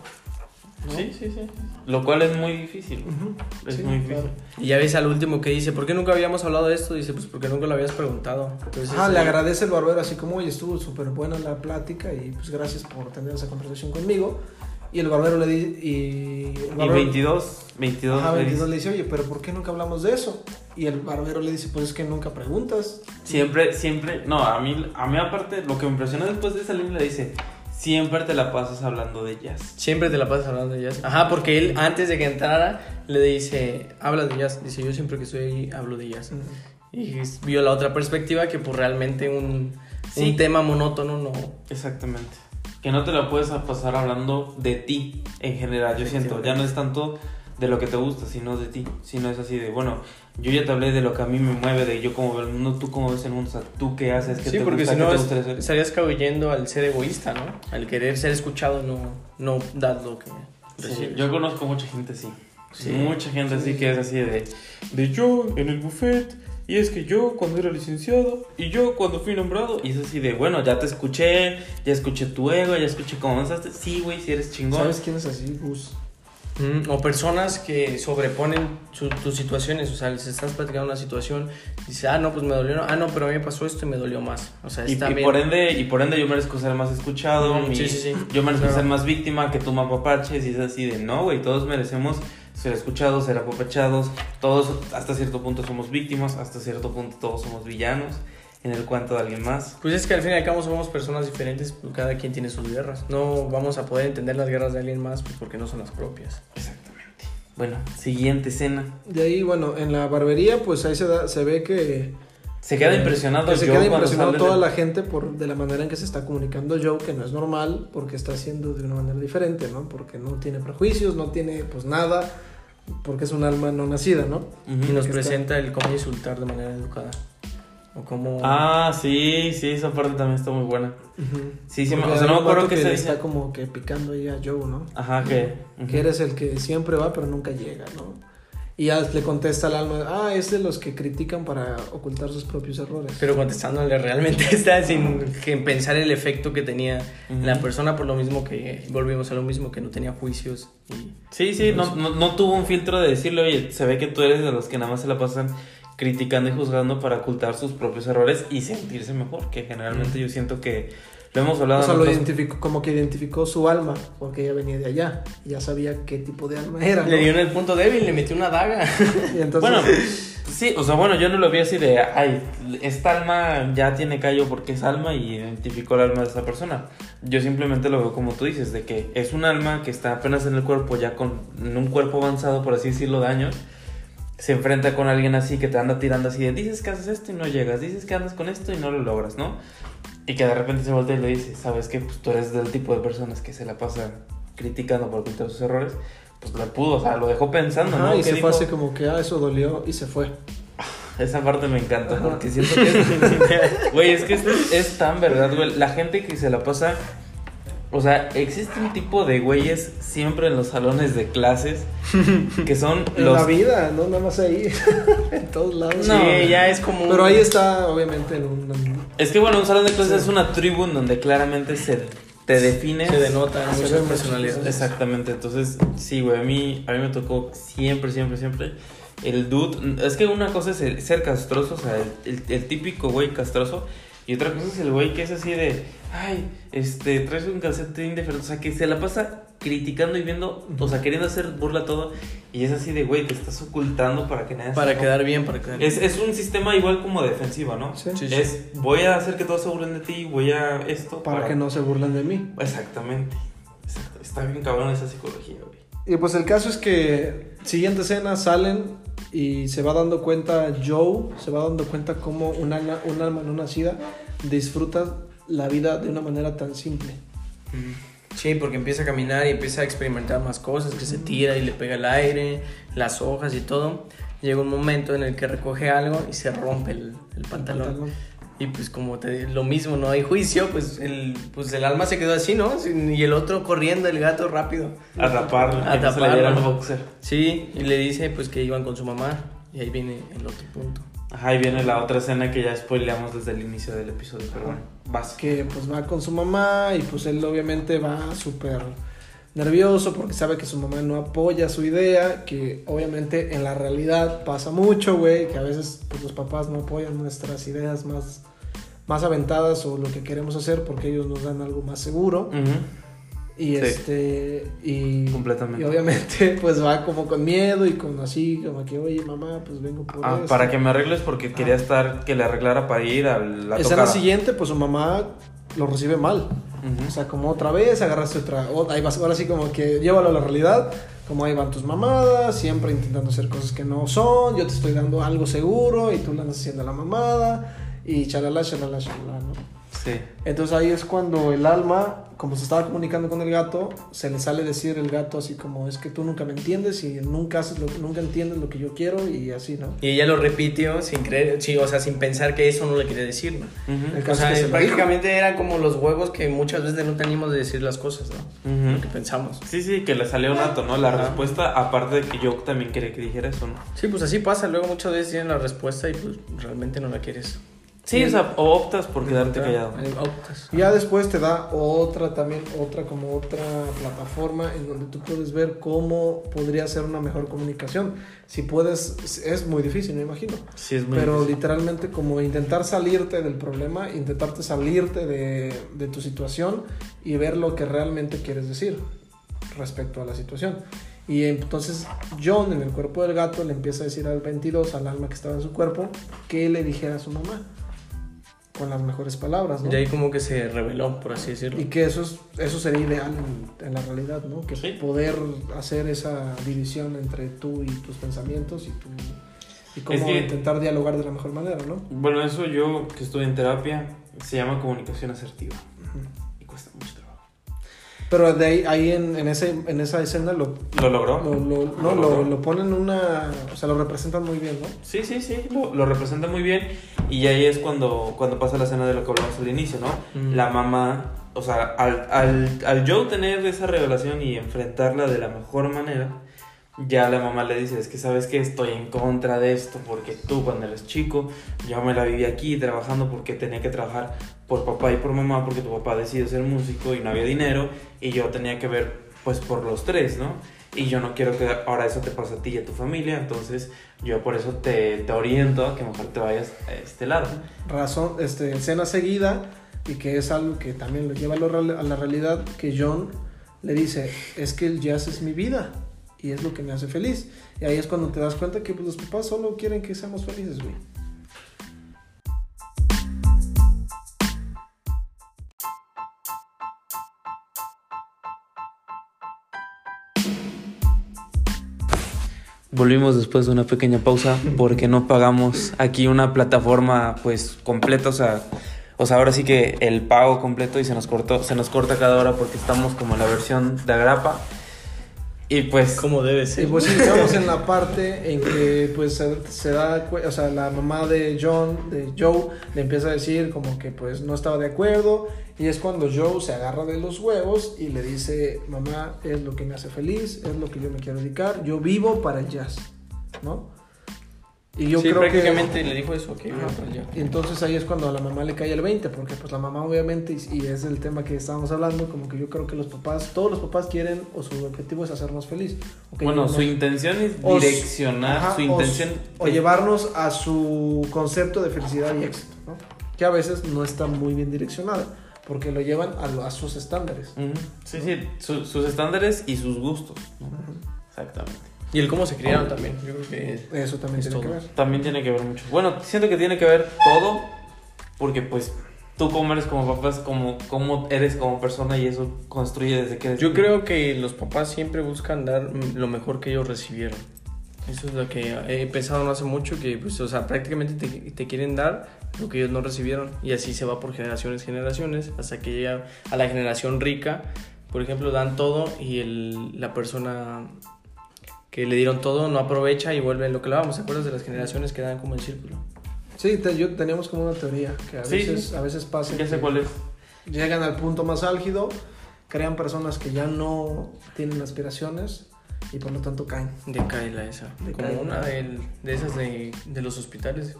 ¿no? Sí, sí, sí. Lo cual es muy difícil. Uh-huh. Es sí, muy difícil. Claro. Y ya ves al último que dice, ¿por qué nunca habíamos hablado de esto? Dice, pues porque nunca lo habías preguntado. Entonces, ah, eh, le agradece el barbero así como, oye, estuvo súper buena la plática y pues gracias por tener esa conversación conmigo. Y el barbero le dice, y... El barbero, y veintidós, veintidós, ajá, veintidós le dice, oye, pero ¿por qué nunca hablamos de eso? Y el barbero le dice, pues es que nunca preguntas. Siempre, siempre, no, a mí, a mí aparte, lo que me impresionó después de esa línea le dice... Siempre te la pasas hablando de jazz. Siempre te la pasas hablando de jazz. Ajá, porque él antes de que entrara le dice, habla de jazz. Dice, yo siempre que estoy ahí hablo de jazz. Uh-huh. Y vio la otra perspectiva que pues realmente un, sí. un tema monótono no... Exactamente. Que no te la puedes pasar hablando de ti en general. Yo siento, ya no es tanto de lo que te gusta, sino de ti. Sino es así de, bueno, yo ya te hablé de lo que a mí me mueve, de yo cómo veo el mundo, tú cómo ves el mundo, o sea, tú qué haces, qué sí, te porque gusta, si no qué te es, gustaría hacer. Estarías cabellendo al ser egoísta, ¿no? Al querer ser escuchado, no, no dar lo que sí, yo conozco mucha gente así. Sí. Mucha gente así que es así de, de yo en el buffet, y es que yo cuando era licenciado, y yo cuando fui nombrado, y es así de, bueno, ya te escuché, ya escuché tu ego, ya escuché cómo avanzaste, sí, güey, si eres chingón. ¿Sabes quién es así, Gus? Mm, o personas que sobreponen su, tus situaciones, o sea, les estás platicando una situación, dice, ah, no, pues me dolió, no. ah, no, pero a mí me pasó esto y me dolió más, o sea, está y, y bien. por ende, y por ende yo merezco ser más escuchado, mm, mi, sí, sí, sí. yo merezco claro. ser más víctima que tú me apapaches, y es así de, no, güey, todos merecemos ser escuchados, ser apapachados, todos hasta cierto punto somos víctimas, hasta cierto punto todos somos villanos en el cuento de alguien más. Pues es que al fin y al cabo somos personas diferentes, cada quien tiene sus guerras, no vamos a poder entender las guerras de alguien más porque no son las propias. Exactamente. Bueno, siguiente escena. De ahí, bueno, en la barbería, pues ahí se da, se ve que... Se queda impresionado que se queda impresionado toda de... la gente por de la manera en que se está comunicando Joe, que no es normal, porque está haciendo de una manera diferente, ¿no? Porque no tiene prejuicios, no tiene pues nada, porque es un alma no nacida, ¿no? Uh-huh. Y nos que presenta está... el cómo insultar de manera educada. O cómo... Ah, sí, sí, esa parte también está muy buena. Uh-huh. Sí, sí, o sea, no me acuerdo que, que se está como que picando ahí a Joe, ¿no? Ajá, que... Uh-huh. Que eres el que siempre va pero nunca llega, ¿no? Y ya le contesta al alma, ah, es de los que critican para ocultar sus propios errores. Pero contestándole realmente está sin que pensar el efecto que tenía uh-huh. la persona, por lo mismo que volvimos a lo mismo, que no tenía juicios. Y... Sí, sí, no, no, no tuvo un filtro de decirle, oye, se ve que tú eres de los que nada más se la pasan criticando y juzgando para ocultar sus propios errores y sentirse mejor, que generalmente uh-huh. yo siento que... Lo hemos hablado. O sea, lo identificó, como que identificó su alma, porque ella venía de allá, ya sabía qué tipo de alma era, ¿no? Le dio en el punto débil, le metió una daga. Y entonces... Bueno, sí, o sea, bueno, yo no lo vi así de, ay, esta alma ya tiene callo porque es alma y identificó el alma de esa persona. Yo simplemente lo veo como tú dices, de que es un alma que está apenas en el cuerpo, ya con en un cuerpo avanzado, por así decirlo, de años. Se enfrenta con alguien así que te anda tirando así de, dices que haces esto y no llegas, dices que andas con esto y no lo logras, ¿no? Y que de repente se voltea y le dice, ¿sabes qué? Pues tú eres del tipo de personas que se la pasan criticando por ocultar sus errores. Pues lo pudo, o sea, lo dejó pensando, ajá, ¿no? Y se dijo? fue así como que, ah, eso dolió y se fue. Esa parte me encanta, ajá. Porque siento que es... Güey, es que es, es tan verdad, güey. La gente que se la pasa... O sea, existe un tipo de güeyes siempre en los salones de clases que son en los... la vida, no nada más ahí, en todos lados. No, sí, ya es como... Pero ahí está, obviamente, en un... Es que bueno, un salón de clases sí. es una tribu en donde claramente se te define... Se denota muchas personalidades. Exactamente, entonces, sí, güey, a mí, a mí me tocó siempre, siempre, siempre... El dude... Es que una cosa es el, ser castroso, o sea, el, el, el típico güey castroso... Y otra cosa es el güey que es así de, ay, este, traes un calcetín diferente, o sea, que se la pasa criticando y viendo, o sea, queriendo hacer burla todo, y es así de, güey, te estás ocultando para que nadie... Para quedar bien, para quedar bien. Es, es un sistema igual como defensivo, ¿no? Sí. Sí, es, sí. voy a hacer que todos se burlen de ti, voy a esto... Para, para... que no se burlen de mí. Exactamente. Exacto. Está bien cabrón esa psicología, güey. Y pues el caso es que, siguiente escena, salen... Y se va dando cuenta Joe, se va dando cuenta cómo un alma, un alma no nacida disfruta la vida de una manera tan simple. Sí, porque empieza a caminar y empieza a experimentar más cosas, que se tira y le pega el aire, las hojas y todo. Llega un momento en el que recoge algo y se rompe el, el pantalón. El pantalón. Y pues como te lo mismo, no hay juicio, pues el, pues el alma se quedó así, ¿no? Y el otro corriendo, el gato rápido. A taparlo. A taparlo. Sí, y le dice pues que iban con su mamá. Y ahí viene el otro punto. Ajá, ahí viene la otra escena que ya spoileamos desde el inicio del episodio, pero bueno, vas. Que pues va con su mamá y pues él obviamente va súper nervioso porque sabe que su mamá no apoya su idea, que obviamente en la realidad pasa mucho, güey, que a veces pues los papás no apoyan nuestras ideas más, más aventadas o lo que queremos hacer porque ellos nos dan algo más seguro. Uh-huh. Y sí. este y, completamente. Y obviamente pues va como con miedo y con así como que oye mamá pues vengo por ah, esto. Para que me arregles porque ah. quería estar que le arreglara para ir a la escena tocada. Siguiente pues su mamá lo recibe mal. Uh-huh. O sea, como otra vez agarraste otra, oh, ahí vas, ahora sí como que llévalo a la realidad, como ahí van tus mamadas, siempre intentando hacer cosas que no son, yo te estoy dando algo seguro y tú le andas haciendo la mamada y chalala, chalala, chalala, ¿no? Sí. Entonces ahí es cuando el alma, como se estaba comunicando con el gato, se le sale decir el gato así como, es que tú nunca me entiendes y nunca haces lo, nunca entiendes lo que yo quiero y así, ¿no? Y ella lo repitió sin creer, sí, o sea, sin pensar que eso no le quería decir, ¿no? Uh-huh. O sea, que prácticamente eran como los huevos que muchas veces no teníamos de decir las cosas, ¿no? Uh-huh. Lo que pensamos. Sí, sí, que le salió nato, ¿no? La uh-huh. respuesta, aparte de que yo también quería que dijera eso, ¿no? Sí, pues así pasa, luego muchas veces tienen la respuesta y pues realmente no la quieres. Sí, o sea, o optas por quedarte callado. Optas. Ya después te da otra también, otra como otra plataforma en donde tú puedes ver cómo podría ser una mejor comunicación. Si puedes, es muy difícil, me imagino. Sí, es muy Pero difícil. literalmente como intentar salirte del problema, intentarte salirte de, de tu situación y ver lo que realmente quieres decir respecto a la situación. Y entonces John en el cuerpo del gato le empieza a decir al veintidós, al alma que estaba en su cuerpo, que le dijera a su mamá. Con las mejores palabras, ¿no? Y ahí como que se reveló, por así decirlo. Y que eso, es, eso sería ideal en, en la realidad, ¿no? Que sí. poder hacer esa división entre tú y tus pensamientos y, tu, y cómo es que, intentar dialogar de la mejor manera, ¿no? Bueno, eso yo que estoy en terapia se llama comunicación asertiva. Uh-huh. Y cuesta mucho trabajo. Pero de ahí, ahí en, en, ese, en esa escena lo... ¿Lo logró? Lo, lo, no, ¿Lo, lo, lo ponen una... O sea, lo representan muy bien, ¿no? Sí, sí, sí, lo, lo representa muy bien. Y ahí es cuando, cuando pasa la escena de lo que hablamos al inicio, ¿no? Mm. La mamá, o sea, al, al, al Joe tener esa revelación y enfrentarla de la mejor manera, ya la mamá le dice, es que sabes que estoy en contra de esto, porque tú cuando eres chico, yo me la viví aquí trabajando porque tenía que trabajar por papá y por mamá, porque tu papá decidió ser músico y no había dinero, y yo tenía que ver pues por los tres, ¿no? Y yo no quiero que ahora eso te pase a ti y a tu familia, entonces yo por eso te, te oriento a que mejor te vayas a este lado. Razón, este, escena seguida, y que es algo que también lo lleva a, lo, a la realidad, que John le dice, es que el jazz es mi vida, y es lo que me hace feliz. Y ahí es cuando te das cuenta que pues, los papás solo quieren que seamos felices, güey. Volvimos después de una pequeña pausa porque no pagamos aquí una plataforma pues completa, o sea, o sea, ahora sí que el pago completo y se nos cortó, se nos corta cada hora porque estamos como en la versión de agrapa. Y pues como debe ser. Y pues estamos en la parte en que pues se, se da, o sea, la mamá de John, de Joe, le empieza a decir como que pues no estaba de acuerdo, y es cuando Joe se agarra de los huevos y le dice, mamá, es lo que me hace feliz, es lo que yo me quiero dedicar, yo vivo para el jazz, ¿no? Y yo sí, creo prácticamente que, le dijo eso, que iba para allá. Y entonces ahí es cuando a la mamá le cae el veinte, porque pues la mamá obviamente, y es el tema que estábamos hablando, como que yo creo que los papás, todos los papás quieren, o su objetivo es hacernos feliz. Okay, bueno, su nos, intención es direccionar, ajá, su intención... O, o llevarnos a su concepto de felicidad y éxito, ¿no? Que a veces no está muy bien direccionada, porque lo llevan a, lo, a sus estándares. Uh-huh. Sí, ¿no? Sí, su, sus estándares y sus gustos, ¿no? Uh-huh. Exactamente. Y el cómo se criaron también, yo creo que eso también tiene todo. que ver. También tiene que ver mucho. Bueno, siento que tiene que ver todo, porque pues tú cómo eres como papá, como cómo eres como persona, y eso construye desde que eres Yo niño. creo que los papás siempre buscan dar lo mejor que ellos recibieron. Eso es lo que he pensado no hace mucho, que pues, o sea, prácticamente te, te quieren dar lo que ellos no recibieron, y así se va por generaciones, generaciones, hasta que llega a la generación rica. Por ejemplo, dan todo y el, la persona que le dieron todo no aprovecha y vuelve lo que lo vamos. ¿Te acuerdas de las generaciones que dan como el círculo? Sí, te, yo teníamos como una teoría que a sí, veces, sí. a veces pasa. Ya sé cuál es. Llegan al punto más álgido, crean personas que ya no tienen aspiraciones y por lo tanto caen. Decae la esa. Decae. Como una de, de esas de, de los hospitales.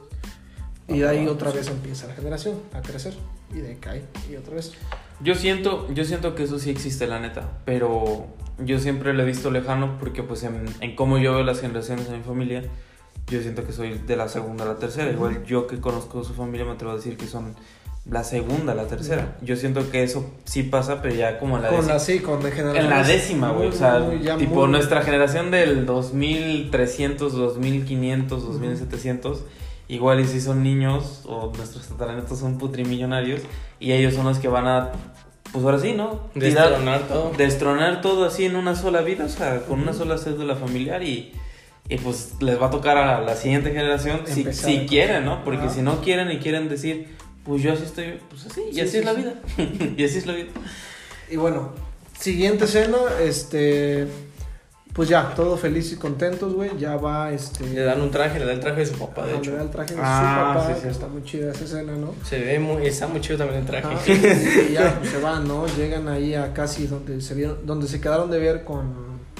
Y de ahí otra vez empieza la generación a crecer y decae y otra vez. Yo siento, yo siento que eso sí existe, la neta, pero yo siempre lo he visto lejano porque pues en, en cómo yo veo las generaciones de mi familia, yo siento que soy de la segunda a la tercera. Uh-huh. Igual yo que conozco su familia me atrevo a decir que son la segunda a la tercera. Uh-huh. Yo siento que eso sí pasa, pero ya como en la con décima. La, sí, con la en la décima, güey. O sea, muy, tipo muy... nuestra generación del dos mil trescientos, dos mil quinientos, dos mil setecientos... Uh-huh. Igual y si son niños o nuestros tataranietos son putrimillonarios y ellos son los que van a, pues ahora sí, ¿no? Destronar todo. Destronar todo así en una sola vida, o sea, con uh-huh. una sola cédula familiar, y, y pues les va a tocar a la siguiente generación si, si quieren, ¿no? Porque uh-huh. si no quieren y quieren decir, pues yo así estoy, pues así, y sí, así sí, es la sí. vida. Y así es la vida. Y bueno, siguiente escena, este... Pues ya, todos felices y contentos, güey. Ya va, este... Le dan un traje, le da el traje de su papá, de ah, hecho. Le da el traje de ah, su papá, sí, sí. que está muy chida esa escena, ¿no? Se ve muy... Está muy chido también el traje. Ah, y ya, pues, se van, ¿no? Llegan ahí a casi donde se vieron... Donde se quedaron de ver con...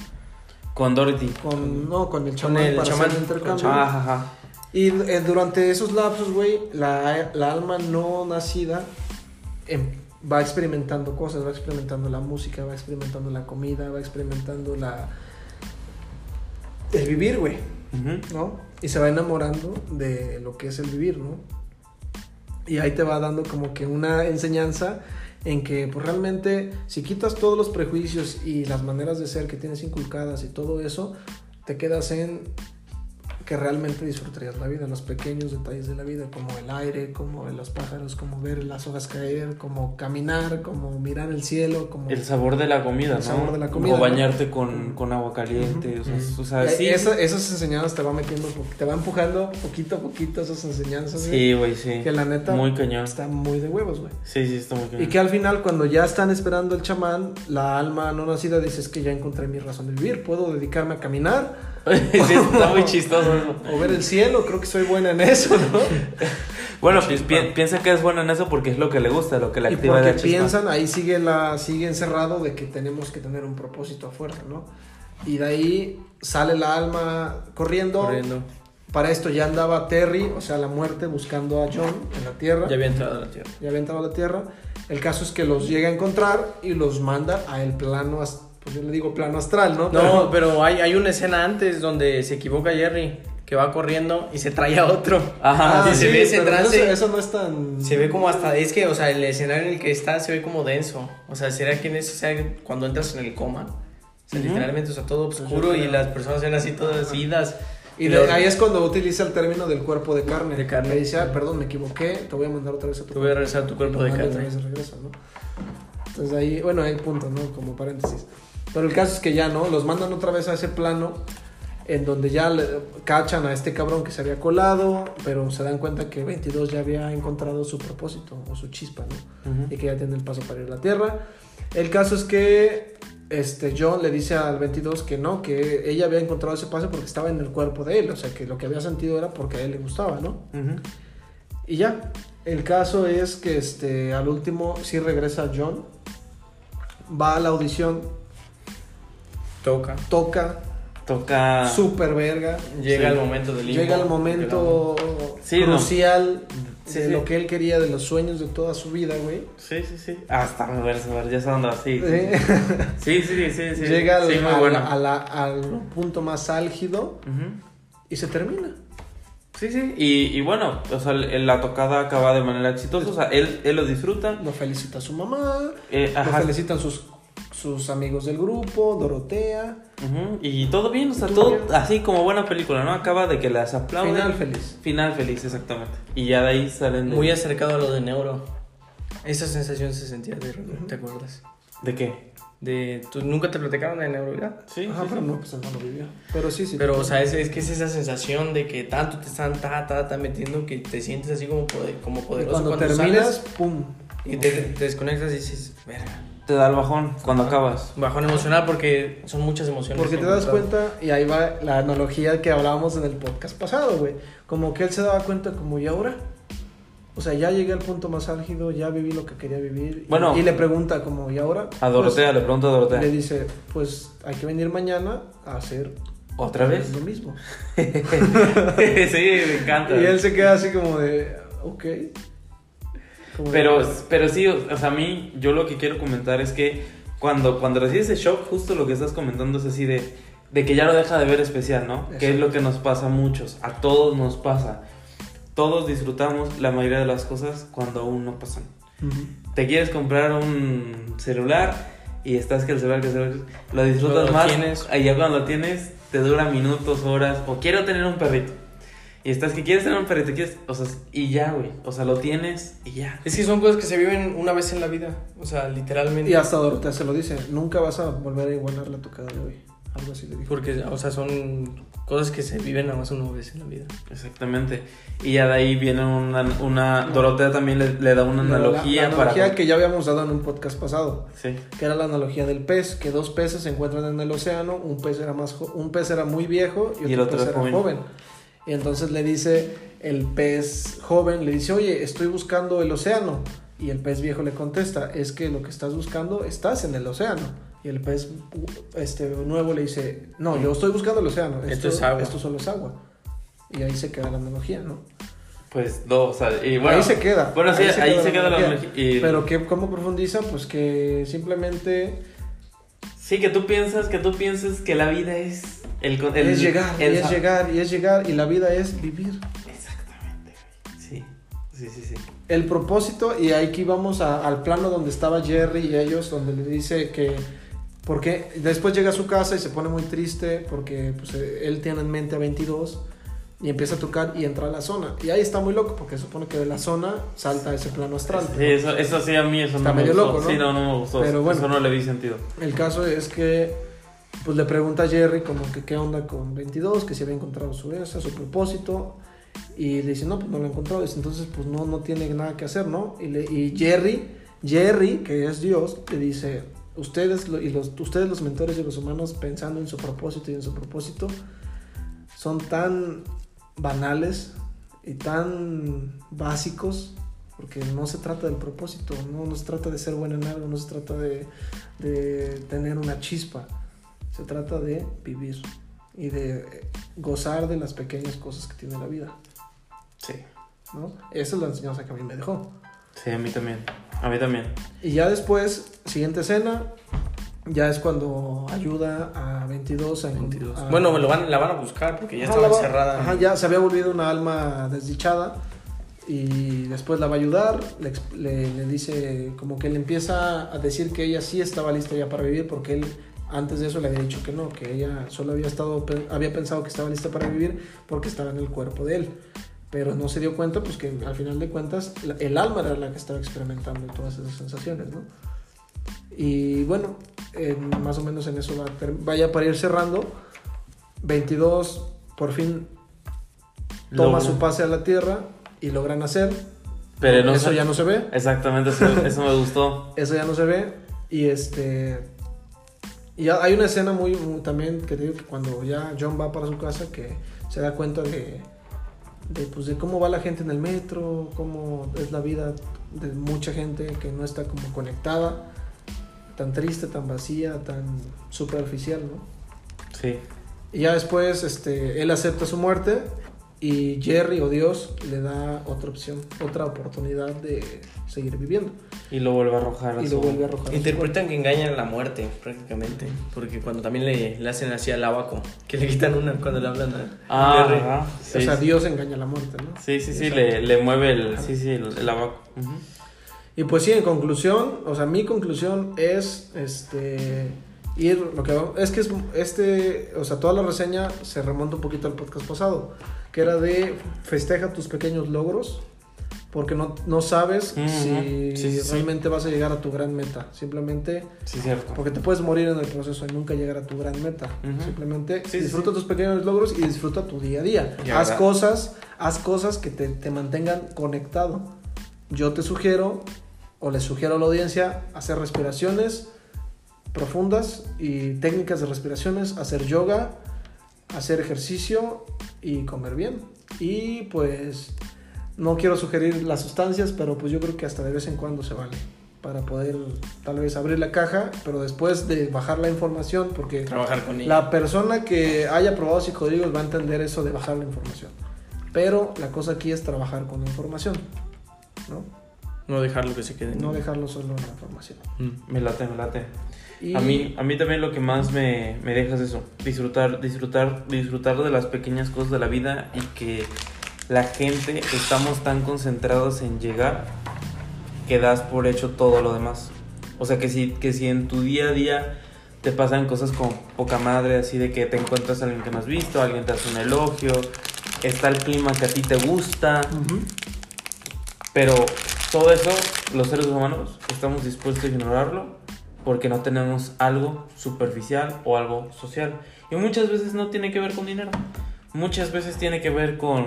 Con Dorothy. Con... No, con el chamán con el para chamán, hacer el intercambio. Ajá, ajá. Y eh, durante esos lapsos, güey, la, la alma no nacida em, va experimentando cosas. Va experimentando la música, va experimentando la comida, va experimentando la... el vivir, güey, uh-huh. ¿no? Y se va enamorando de lo que es el vivir, ¿no? Y ahí te va dando como que una enseñanza en que, pues realmente, si quitas todos los prejuicios y las maneras de ser que tienes inculcadas y todo eso, te quedas en que realmente disfrutarías la vida, los pequeños detalles de la vida, como el aire, como los pájaros, como ver las hojas caer, como caminar, como mirar el cielo, como... El sabor de la comida, el ¿no? sabor de la comida, o bañarte ¿no? con, con agua caliente, uh-huh. o sea, uh-huh. o sea sí. Esa, esas enseñanzas te va metiendo, te va empujando poquito a poquito esas enseñanzas, sí, güey, sí. Que la neta muy cañón. Está muy de huevos, güey. Sí, sí, está muy cañón. Y que al final, cuando ya están esperando el chamán, la alma no nacida dice, es que ya encontré mi razón de vivir, puedo dedicarme a caminar. Sí, está muy chistoso eso. O ver el cielo, creo que soy buena en eso, ¿no? Bueno, pi- piensa que es buena en eso porque es lo que le gusta, lo que le activa y la porque chispa. piensan, ahí sigue, la, sigue encerrado de que tenemos que tener un propósito a fuerza, ¿no? Y de ahí sale la alma corriendo. Corriendo. Para esto ya andaba Terry, o sea, la muerte, buscando a John en la Tierra. Ya había entrado a la Tierra. Ya había entrado a la Tierra. El caso es que los llega a encontrar y los manda a el plano, pues yo le digo plano astral, ¿no? No, pero hay, hay una escena antes donde se equivoca Jerry, que va corriendo y se trae a otro. Ajá, Ah, y sí, se ve ese pero trance. Eso, eso no es tan... Se ve como hasta, es que, o sea, el escenario en el que está se ve como denso. O sea, será que en ese, o sea, cuando entras en el coma, o sea, uh-huh. literalmente, o sea, todo oscuro pues y las personas ven así todas idas. Y de, ahí es cuando utiliza el término del cuerpo de carne. De carne. Le dice, ah, perdón, me equivoqué, te voy a mandar otra vez a tu cuerpo. Te voy a regresar a tu cuerpo de carne. Otra vez de regreso, ¿no? Entonces ahí, bueno, hay puntos, ¿no? Como paréntesis. Pero el caso es que ya, ¿no? Los mandan otra vez a ese plano en donde ya le cachan a este cabrón que se había colado, pero se dan cuenta que veintidós ya había encontrado su propósito o su chispa, ¿no? Uh-huh. Y que ya tiene el paso para ir a la Tierra. El caso es que este John le dice al veintidós que no, que ella había encontrado ese paso porque estaba en el cuerpo de él, o sea, que lo que había sentido era porque a él le gustaba, ¿no? Uh-huh. Y ya, el caso es que este al último sí regresa John, va a la audición, toca, toca, toca super verga, llega sí. el momento del limbo, llega el momento sí, crucial no. sí, de sí. lo que él quería, de los sueños de toda su vida, güey. Sí, sí, sí. Hasta me ver, ya se anda así. Sí, sí, sí, sí, sí. Llega al, sí, muy al, bueno. a la, al punto más álgido uh-huh. y se termina. Sí, sí, y, y bueno, o sea, la tocada acaba de manera exitosa, o sea, él, él lo disfruta. Lo felicita a su mamá, eh, lo felicitan sus, sus amigos del grupo, Dorotea. Uh-huh. Y todo bien, o sea, todo, todo así como buena película, ¿no? Acaba de que las aplauden. Final feliz. Final feliz, exactamente. Y ya de ahí salen de... Muy acercado a lo de Neuro. Esa sensación se sentía de uh-huh. ¿Te acuerdas? ¿De qué? De, ¿tú nunca te platicaron de Neuro, verdad? Sí, Ajá, sí, pero sí. no, pues él no lo vivió. Pero sí, sí. Pero, o sea, es, es que es esa sensación de que tanto te están ta, ta, ta metiendo que te sientes así como, poder, como poderoso. Cuando, cuando terminas, sales, pum. y te, te desconectas y dices, verga. Te da el bajón cuando acabas. Bajón emocional porque son muchas emociones. Porque te das cuenta, y ahí va la analogía que hablábamos en el podcast pasado, güey. Como que él se daba cuenta como, ¿y ahora? O sea, ya llegué al punto más álgido, ya viví lo que quería vivir. Bueno, y, y le pregunta como, ¿y ahora? A Dorotea, pues, le pregunta a Dorotea. Le dice, pues hay que venir mañana a hacer... ¿Otra vez? Lo mismo. Sí, me encanta. Y él se queda así como de, ok. Como pero, de, pero sí, o sea, a mí, yo lo que quiero comentar es que cuando, cuando recibes ese shock, justo lo que estás comentando es así de, de que ya lo deja de ver especial, ¿no? Exacto. Que es lo que nos pasa a muchos, a todos nos pasa. Todos disfrutamos la mayoría de las cosas cuando aún no pasan. Uh-huh. Te quieres comprar un celular y estás que el celular, que el celular, lo disfrutas lo más. Tienes. Y ya cuando lo tienes, te dura minutos, horas. O quiero tener un perrito. Y estás que quieres tener un perrito, quieres, o sea, y ya, güey. O sea, lo tienes y ya. Es que son cosas que se viven una vez en la vida. O sea, literalmente. Y hasta Dorotea se lo dice, nunca vas a volver a igualar la tocada de hoy. Algo así le dijo. Porque, o sea, son cosas que se viven nada más una vez en la vida. Exactamente. Y ya de ahí viene una... una no. Dorotea también le, le da una analogía. La, la analogía para... que ya habíamos dado en un podcast pasado. Sí. Que era la analogía del pez. Que dos peces se encuentran en el océano. Un pez era, más jo- un pez era muy viejo y otro, y el otro pez era joven. joven. Y entonces le dice el pez joven, le dice, oye, estoy buscando el océano. Y el pez viejo le contesta, es que lo que estás buscando, estás en el océano. Y el pez este, nuevo le dice, no, yo estoy buscando el océano. Esto, esto es agua. Esto solo es agua. Y ahí se queda la analogía, ¿no? Pues no, o sea, y bueno. Ahí se queda. Bueno, sí, ahí se queda, ahí se queda la analogía. analogía. Y... Pero que, ¿cómo profundiza? Pues que simplemente... Sí, que tú piensas, que tú piensas que la vida es... El, el, es llegar, el, y es llegar, y es llegar, y la vida es vivir. Exactamente, güey. Sí, sí, sí, sí. El propósito, y aquí vamos a, al plano donde estaba Jerry y ellos, donde le dice que... Porque después llega a su casa y se pone muy triste porque pues, él tiene en mente a veintidós y empieza a tocar y entra a la zona. Y ahí está muy loco porque se supone que de la zona salta a ese plano astral. Sí, eso, eso sí a mí eso está no me medio gustó. Loco, ¿no? Sí, no, no me gustó. Pero bueno, eso no le vi sentido. El caso es que pues le pregunta a Jerry como que qué onda con veintidós, que si había encontrado su esa, su propósito. Y le dice, no, pues no lo he encontrado. Dice, entonces pues no, no tiene nada que hacer, ¿no? Y, le, y Jerry, Jerry, que es Dios, le dice, ustedes, y los, ustedes los mentores de los humanos pensando en su propósito y en su propósito son tan banales y tan básicos, porque no se trata del propósito, no, no se trata de ser bueno en algo, no se trata de, de tener una chispa, se trata de vivir y de gozar de las pequeñas cosas que tiene la vida. Sí. ¿No? Esa es la enseñanza que a mí me dejó. Sí, a mí también, a mí también. Y ya después, siguiente escena, ya es cuando ayuda a veintidós a... veintidós. A, bueno, lo van, la van a buscar porque ya ajá, estaba va, encerrada. Ajá, ya se había volvido una alma desdichada y después la va a ayudar, le, le, le dice, como que le empieza a decir que ella sí estaba lista ya para vivir porque él antes de eso le había dicho que no, que ella solo había, estado, había pensado que estaba lista para vivir porque estaba en el cuerpo de él. Pero no se dio cuenta, pues que al final de cuentas el alma era la que estaba experimentando todas esas sensaciones, ¿no? Y bueno, en, más o menos en eso va, vaya para ir cerrando. veintidós por fin toma Logro. su pase a la tierra y logra nacer. Pero no eso se... ya no se ve. Exactamente, eso, eso me gustó. Eso ya no se ve. Y este... Y hay una escena muy, muy también que te digo que cuando ya John va para su casa que se da cuenta de, de, pues de cómo va la gente en el metro, cómo es la vida de mucha gente que no está como conectada, tan triste, tan vacía, tan superficial, ¿no? Sí. Y ya después este, él acepta su muerte y Jerry o Dios le da otra opción, otra oportunidad de seguir viviendo. Y lo vuelve a arrojar. A Y su... lo vuelve a arrojar. Interpretan que engañan la muerte, prácticamente. Porque cuando también le, le hacen así al abaco, que le quitan una cuando le hablan a Ah, Jerry. ajá, sí, O sea, sí. Dios engaña la muerte, ¿no? Sí, sí, sí, Exacto. le, le mueve el, sí, sí, el, el abaco. Uh-huh. Y pues sí, en conclusión, o sea, mi conclusión es este ir lo que es que es este, o sea, toda la reseña se remonta un poquito al podcast pasado, que era de festeja tus pequeños logros, porque no, no sabes uh-huh. si sí, sí, realmente sí. vas a llegar a tu gran meta, simplemente sí, cierto. porque te puedes morir en el proceso y nunca llegar a tu gran meta. Uh-huh. Simplemente sí, disfruta sí. tus pequeños logros y disfruta tu día a día. Ya, haz ¿verdad? cosas, haz cosas que te, te mantengan conectado. Yo te sugiero o les sugiero a la audiencia hacer respiraciones profundas y técnicas de respiraciones, hacer yoga, hacer ejercicio y comer bien. Y pues no quiero sugerir las sustancias, pero pues yo creo que hasta de vez en cuando se vale para poder tal vez abrir la caja, pero después de bajar la información, porque trabajar con ella. La persona que haya probado psicodélicos va a entender eso de bajar la información, pero la cosa aquí es trabajar con la información, ¿no? No dejarlo que se quede. No dejarlo solo en la información. Me late, me late. Y... A mí, a mí también lo que más me, me deja es eso, disfrutar, disfrutar, disfrutar de las pequeñas cosas de la vida y que la gente estamos tan concentrados en llegar que das por hecho todo lo demás. O sea, que si, que si en tu día a día te pasan cosas como poca madre, así de que te encuentras a alguien que no has visto, alguien te hace un elogio, está el clima que a ti te gusta, uh-huh. pero todo eso, los seres humanos, estamos dispuestos a ignorarlo porque no tenemos algo superficial o algo social. Y muchas veces no tiene que ver con dinero. Muchas veces tiene que ver con...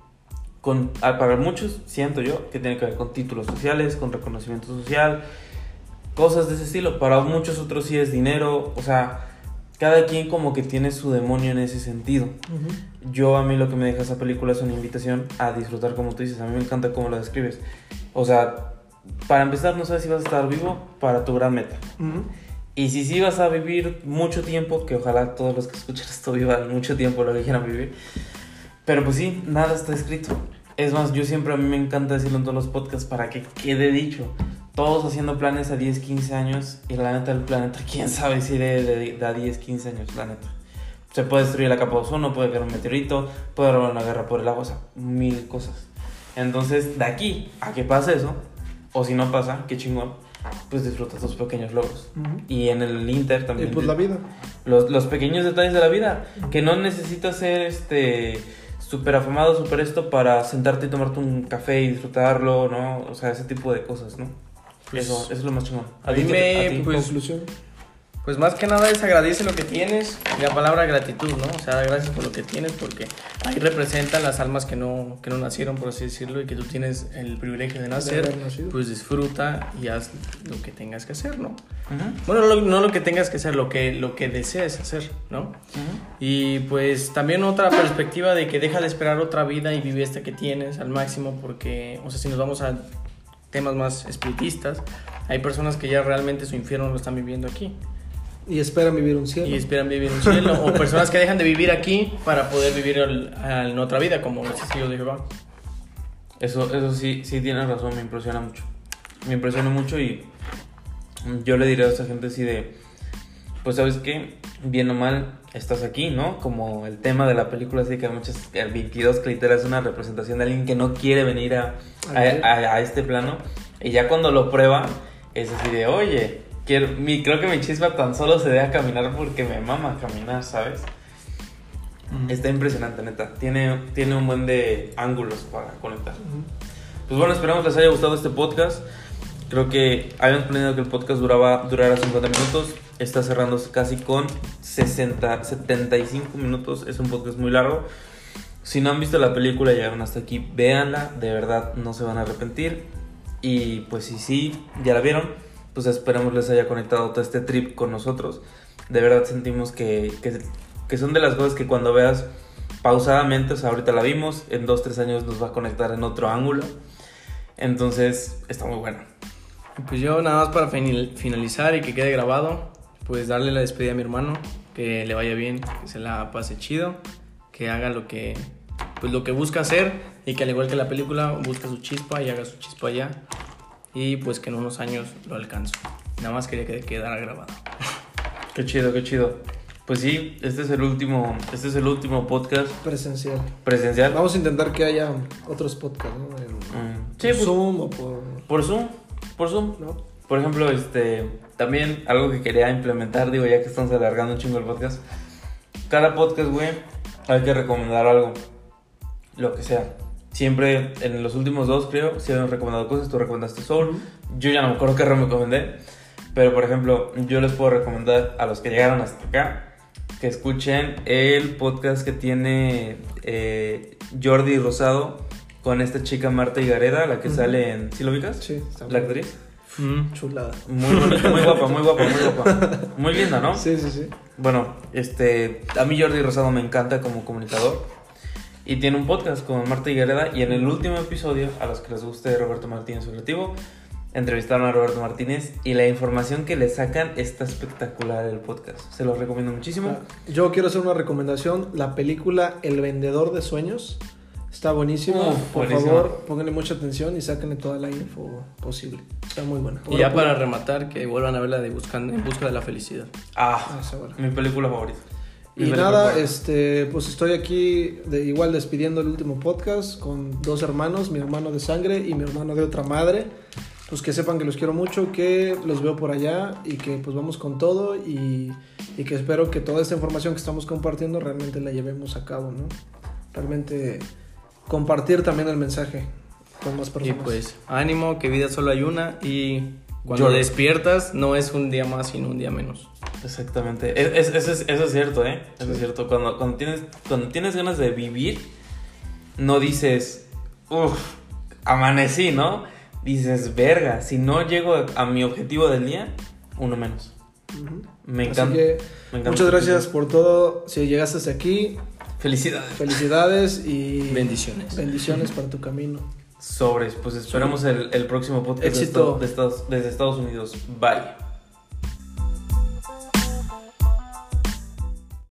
con para muchos, siento yo, que tiene que ver con títulos sociales, con reconocimiento social, cosas de ese estilo. Para muchos otros sí es dinero. O sea, cada quien como que tiene su demonio en ese sentido. Uh-huh. Yo, a mí lo que me deja esa película es una invitación a disfrutar, como tú dices. A mí me encanta cómo lo describes. O sea, para empezar, no sabes si vas a estar vivo para tu gran meta. Uh-huh. Y si sí vas a vivir mucho tiempo, que ojalá todos los que escuchan esto vivan mucho tiempo lo que quieran vivir. Pero pues sí, nada está escrito. Es más, yo siempre, a mí me encanta decirlo en todos los podcasts para que quede dicho. Todos haciendo planes a diez, quince años y la neta del planeta, quién sabe si de, de, de a diez, quince años, la neta. Se puede destruir la capa de ozono, puede caer un meteorito, puede haber una guerra por el agua, o sea, mil cosas. Entonces, de aquí a que pase eso, o si no pasa, qué chingón, pues disfruta tus pequeños logros. Uh-huh. Y en el Inter también. Y pues la vida. Los, los pequeños detalles de la vida, uh-huh. que no necesitas ser este... súper afamado, súper esto, para sentarte y tomarte un café y disfrutarlo, ¿no? O sea, ese tipo de cosas, ¿no? Pues, eso, eso es lo más chingón. A mí me, pues, conclusión. Pues más que nada es agradece lo que tienes, la palabra gratitud, ¿no? O sea, gracias por lo que tienes, porque ahí representan las almas que no, que no nacieron, por así decirlo, y que tú tienes el privilegio de nacer, de pues disfruta y haz lo que tengas que hacer, ¿no? Uh-huh. Bueno, no, no lo que tengas que hacer, lo que, lo que desees hacer, ¿no? Uh-huh. Y pues también otra perspectiva de que deja de esperar otra vida y vive esta que tienes al máximo, porque, o sea, si nos vamos a temas más espiritistas, hay personas que ya realmente su infierno lo están viviendo aquí. Y esperan vivir un cielo. Y esperan vivir un cielo. O personas que dejan de vivir aquí para poder vivir el, el, en otra vida, como los testigos de Jehová. Eso, eso sí, sí tienes razón, me impresiona mucho. Me impresiona mucho y yo le diré a esa gente así de, pues sabes qué, bien o mal, estás aquí, ¿no? Como el tema de la película, así que muchas, el veintidós que literal es una representación de alguien que no quiere venir a, a, a, a este plano. Y ya cuando lo prueba, es así de, oye... Quiero, mi, creo que mi chispa tan solo se deja caminar porque me mama caminar, ¿sabes? Uh-huh. Está impresionante, neta. Tiene, tiene un buen de ángulos para conectar. Uh-huh. Pues bueno, esperamos les haya gustado este podcast. Creo que habíamos planeado que el podcast duraba, durara cincuenta minutos. Está cerrándose casi con sesenta, setenta y cinco minutos. Es un podcast muy largo. Si no han visto la película y llegaron hasta aquí, véanla. De verdad, no se van a arrepentir. Y pues si sí, ya la vieron, pues esperamos les haya conectado todo este trip con nosotros. De verdad sentimos que, que, que son de las cosas que cuando veas pausadamente, o sea, ahorita la vimos, en dos, tres años nos va a conectar en otro ángulo. Entonces, está muy bueno. Pues yo nada más para finalizar y que quede grabado, pues darle la despedida a mi hermano, que le vaya bien, que se la pase chido, que haga lo que, pues lo que busca hacer y que al igual que la película, busque su chispa y haga su chispa allá. Y pues que en unos años lo alcanzo. Nada más quería que quedara grabado. Qué chido, qué chido. Pues sí, este es el último, este es el último podcast presencial. Presencial. Vamos a intentar que haya otros podcasts, ¿no? En, mm. Sí, por pues, Zoom o por por Zoom, por Zoom, ¿no? Por ejemplo, este, también algo que quería implementar, digo, ya que estamos alargando un chingo el podcast. Cada podcast, güey, hay que recomendar algo, lo que sea. Siempre, en los últimos dos, creo, sí habíamos recomendado cosas. Tú recomendaste Soul. Uh-huh. Yo ya no me acuerdo qué recomendé. Pero, por ejemplo, yo les puedo recomendar a los que llegaron hasta acá que escuchen el podcast que tiene eh, Jordi Rosado con esta chica Marta Higareda, la que uh-huh. sale en... ¿Sí lo ubicas? Sí. Está ¿La actriz? Mm. Chulada. Muy bonita, muy guapa, muy guapa, muy guapa. Muy linda, ¿no? Sí, sí, sí. Bueno, este... a mí Jordi Rosado me encanta como comunicador. Y tiene un podcast con Marta Higareda. Y en el último episodio, a los que les guste Roberto Martínez su creativo, entrevistaron a Roberto Martínez. Y la información que le sacan está espectacular el podcast. Se los recomiendo muchísimo. Yo quiero hacer una recomendación. La película El Vendedor de Sueños está buenísima. Uh, Por buenísima. favor, pónganle mucha atención y sáquenle toda la info posible. Está muy buena. Y ya para rematar, que vuelvan a ver la de Buscando, En Busca de la Felicidad. Ah, mi película favorita. Y nada, este, pues estoy aquí de, igual despidiendo el último podcast con dos hermanos, mi hermano de sangre y mi hermano de otra madre. Pues que sepan que los quiero mucho, que los veo por allá y que pues vamos con todo y, y que espero que toda esta información que estamos compartiendo realmente la llevemos a cabo, ¿no? Realmente compartir también el mensaje con más personas. Y pues ánimo, que vida solo hay una y cuando Yo... despiertas no es un día más sino un día menos. Exactamente, es, es, eso, es, eso es cierto, ¿eh? Eso sí. es cierto, cuando, cuando, tienes, cuando tienes ganas de vivir, no dices, uff, amanecí, ¿no? Dices, verga, si no llego a, a mi objetivo del día, uno menos. Uh-huh. Me encanta. Así que, me encanta muchas gracias por todo, si llegaste hasta aquí. Felicidades. Felicidades y bendiciones. Bendiciones para tu camino. Sobres, pues esperamos el, el próximo podcast Éxito. De Estados, desde Estados Unidos. Bye.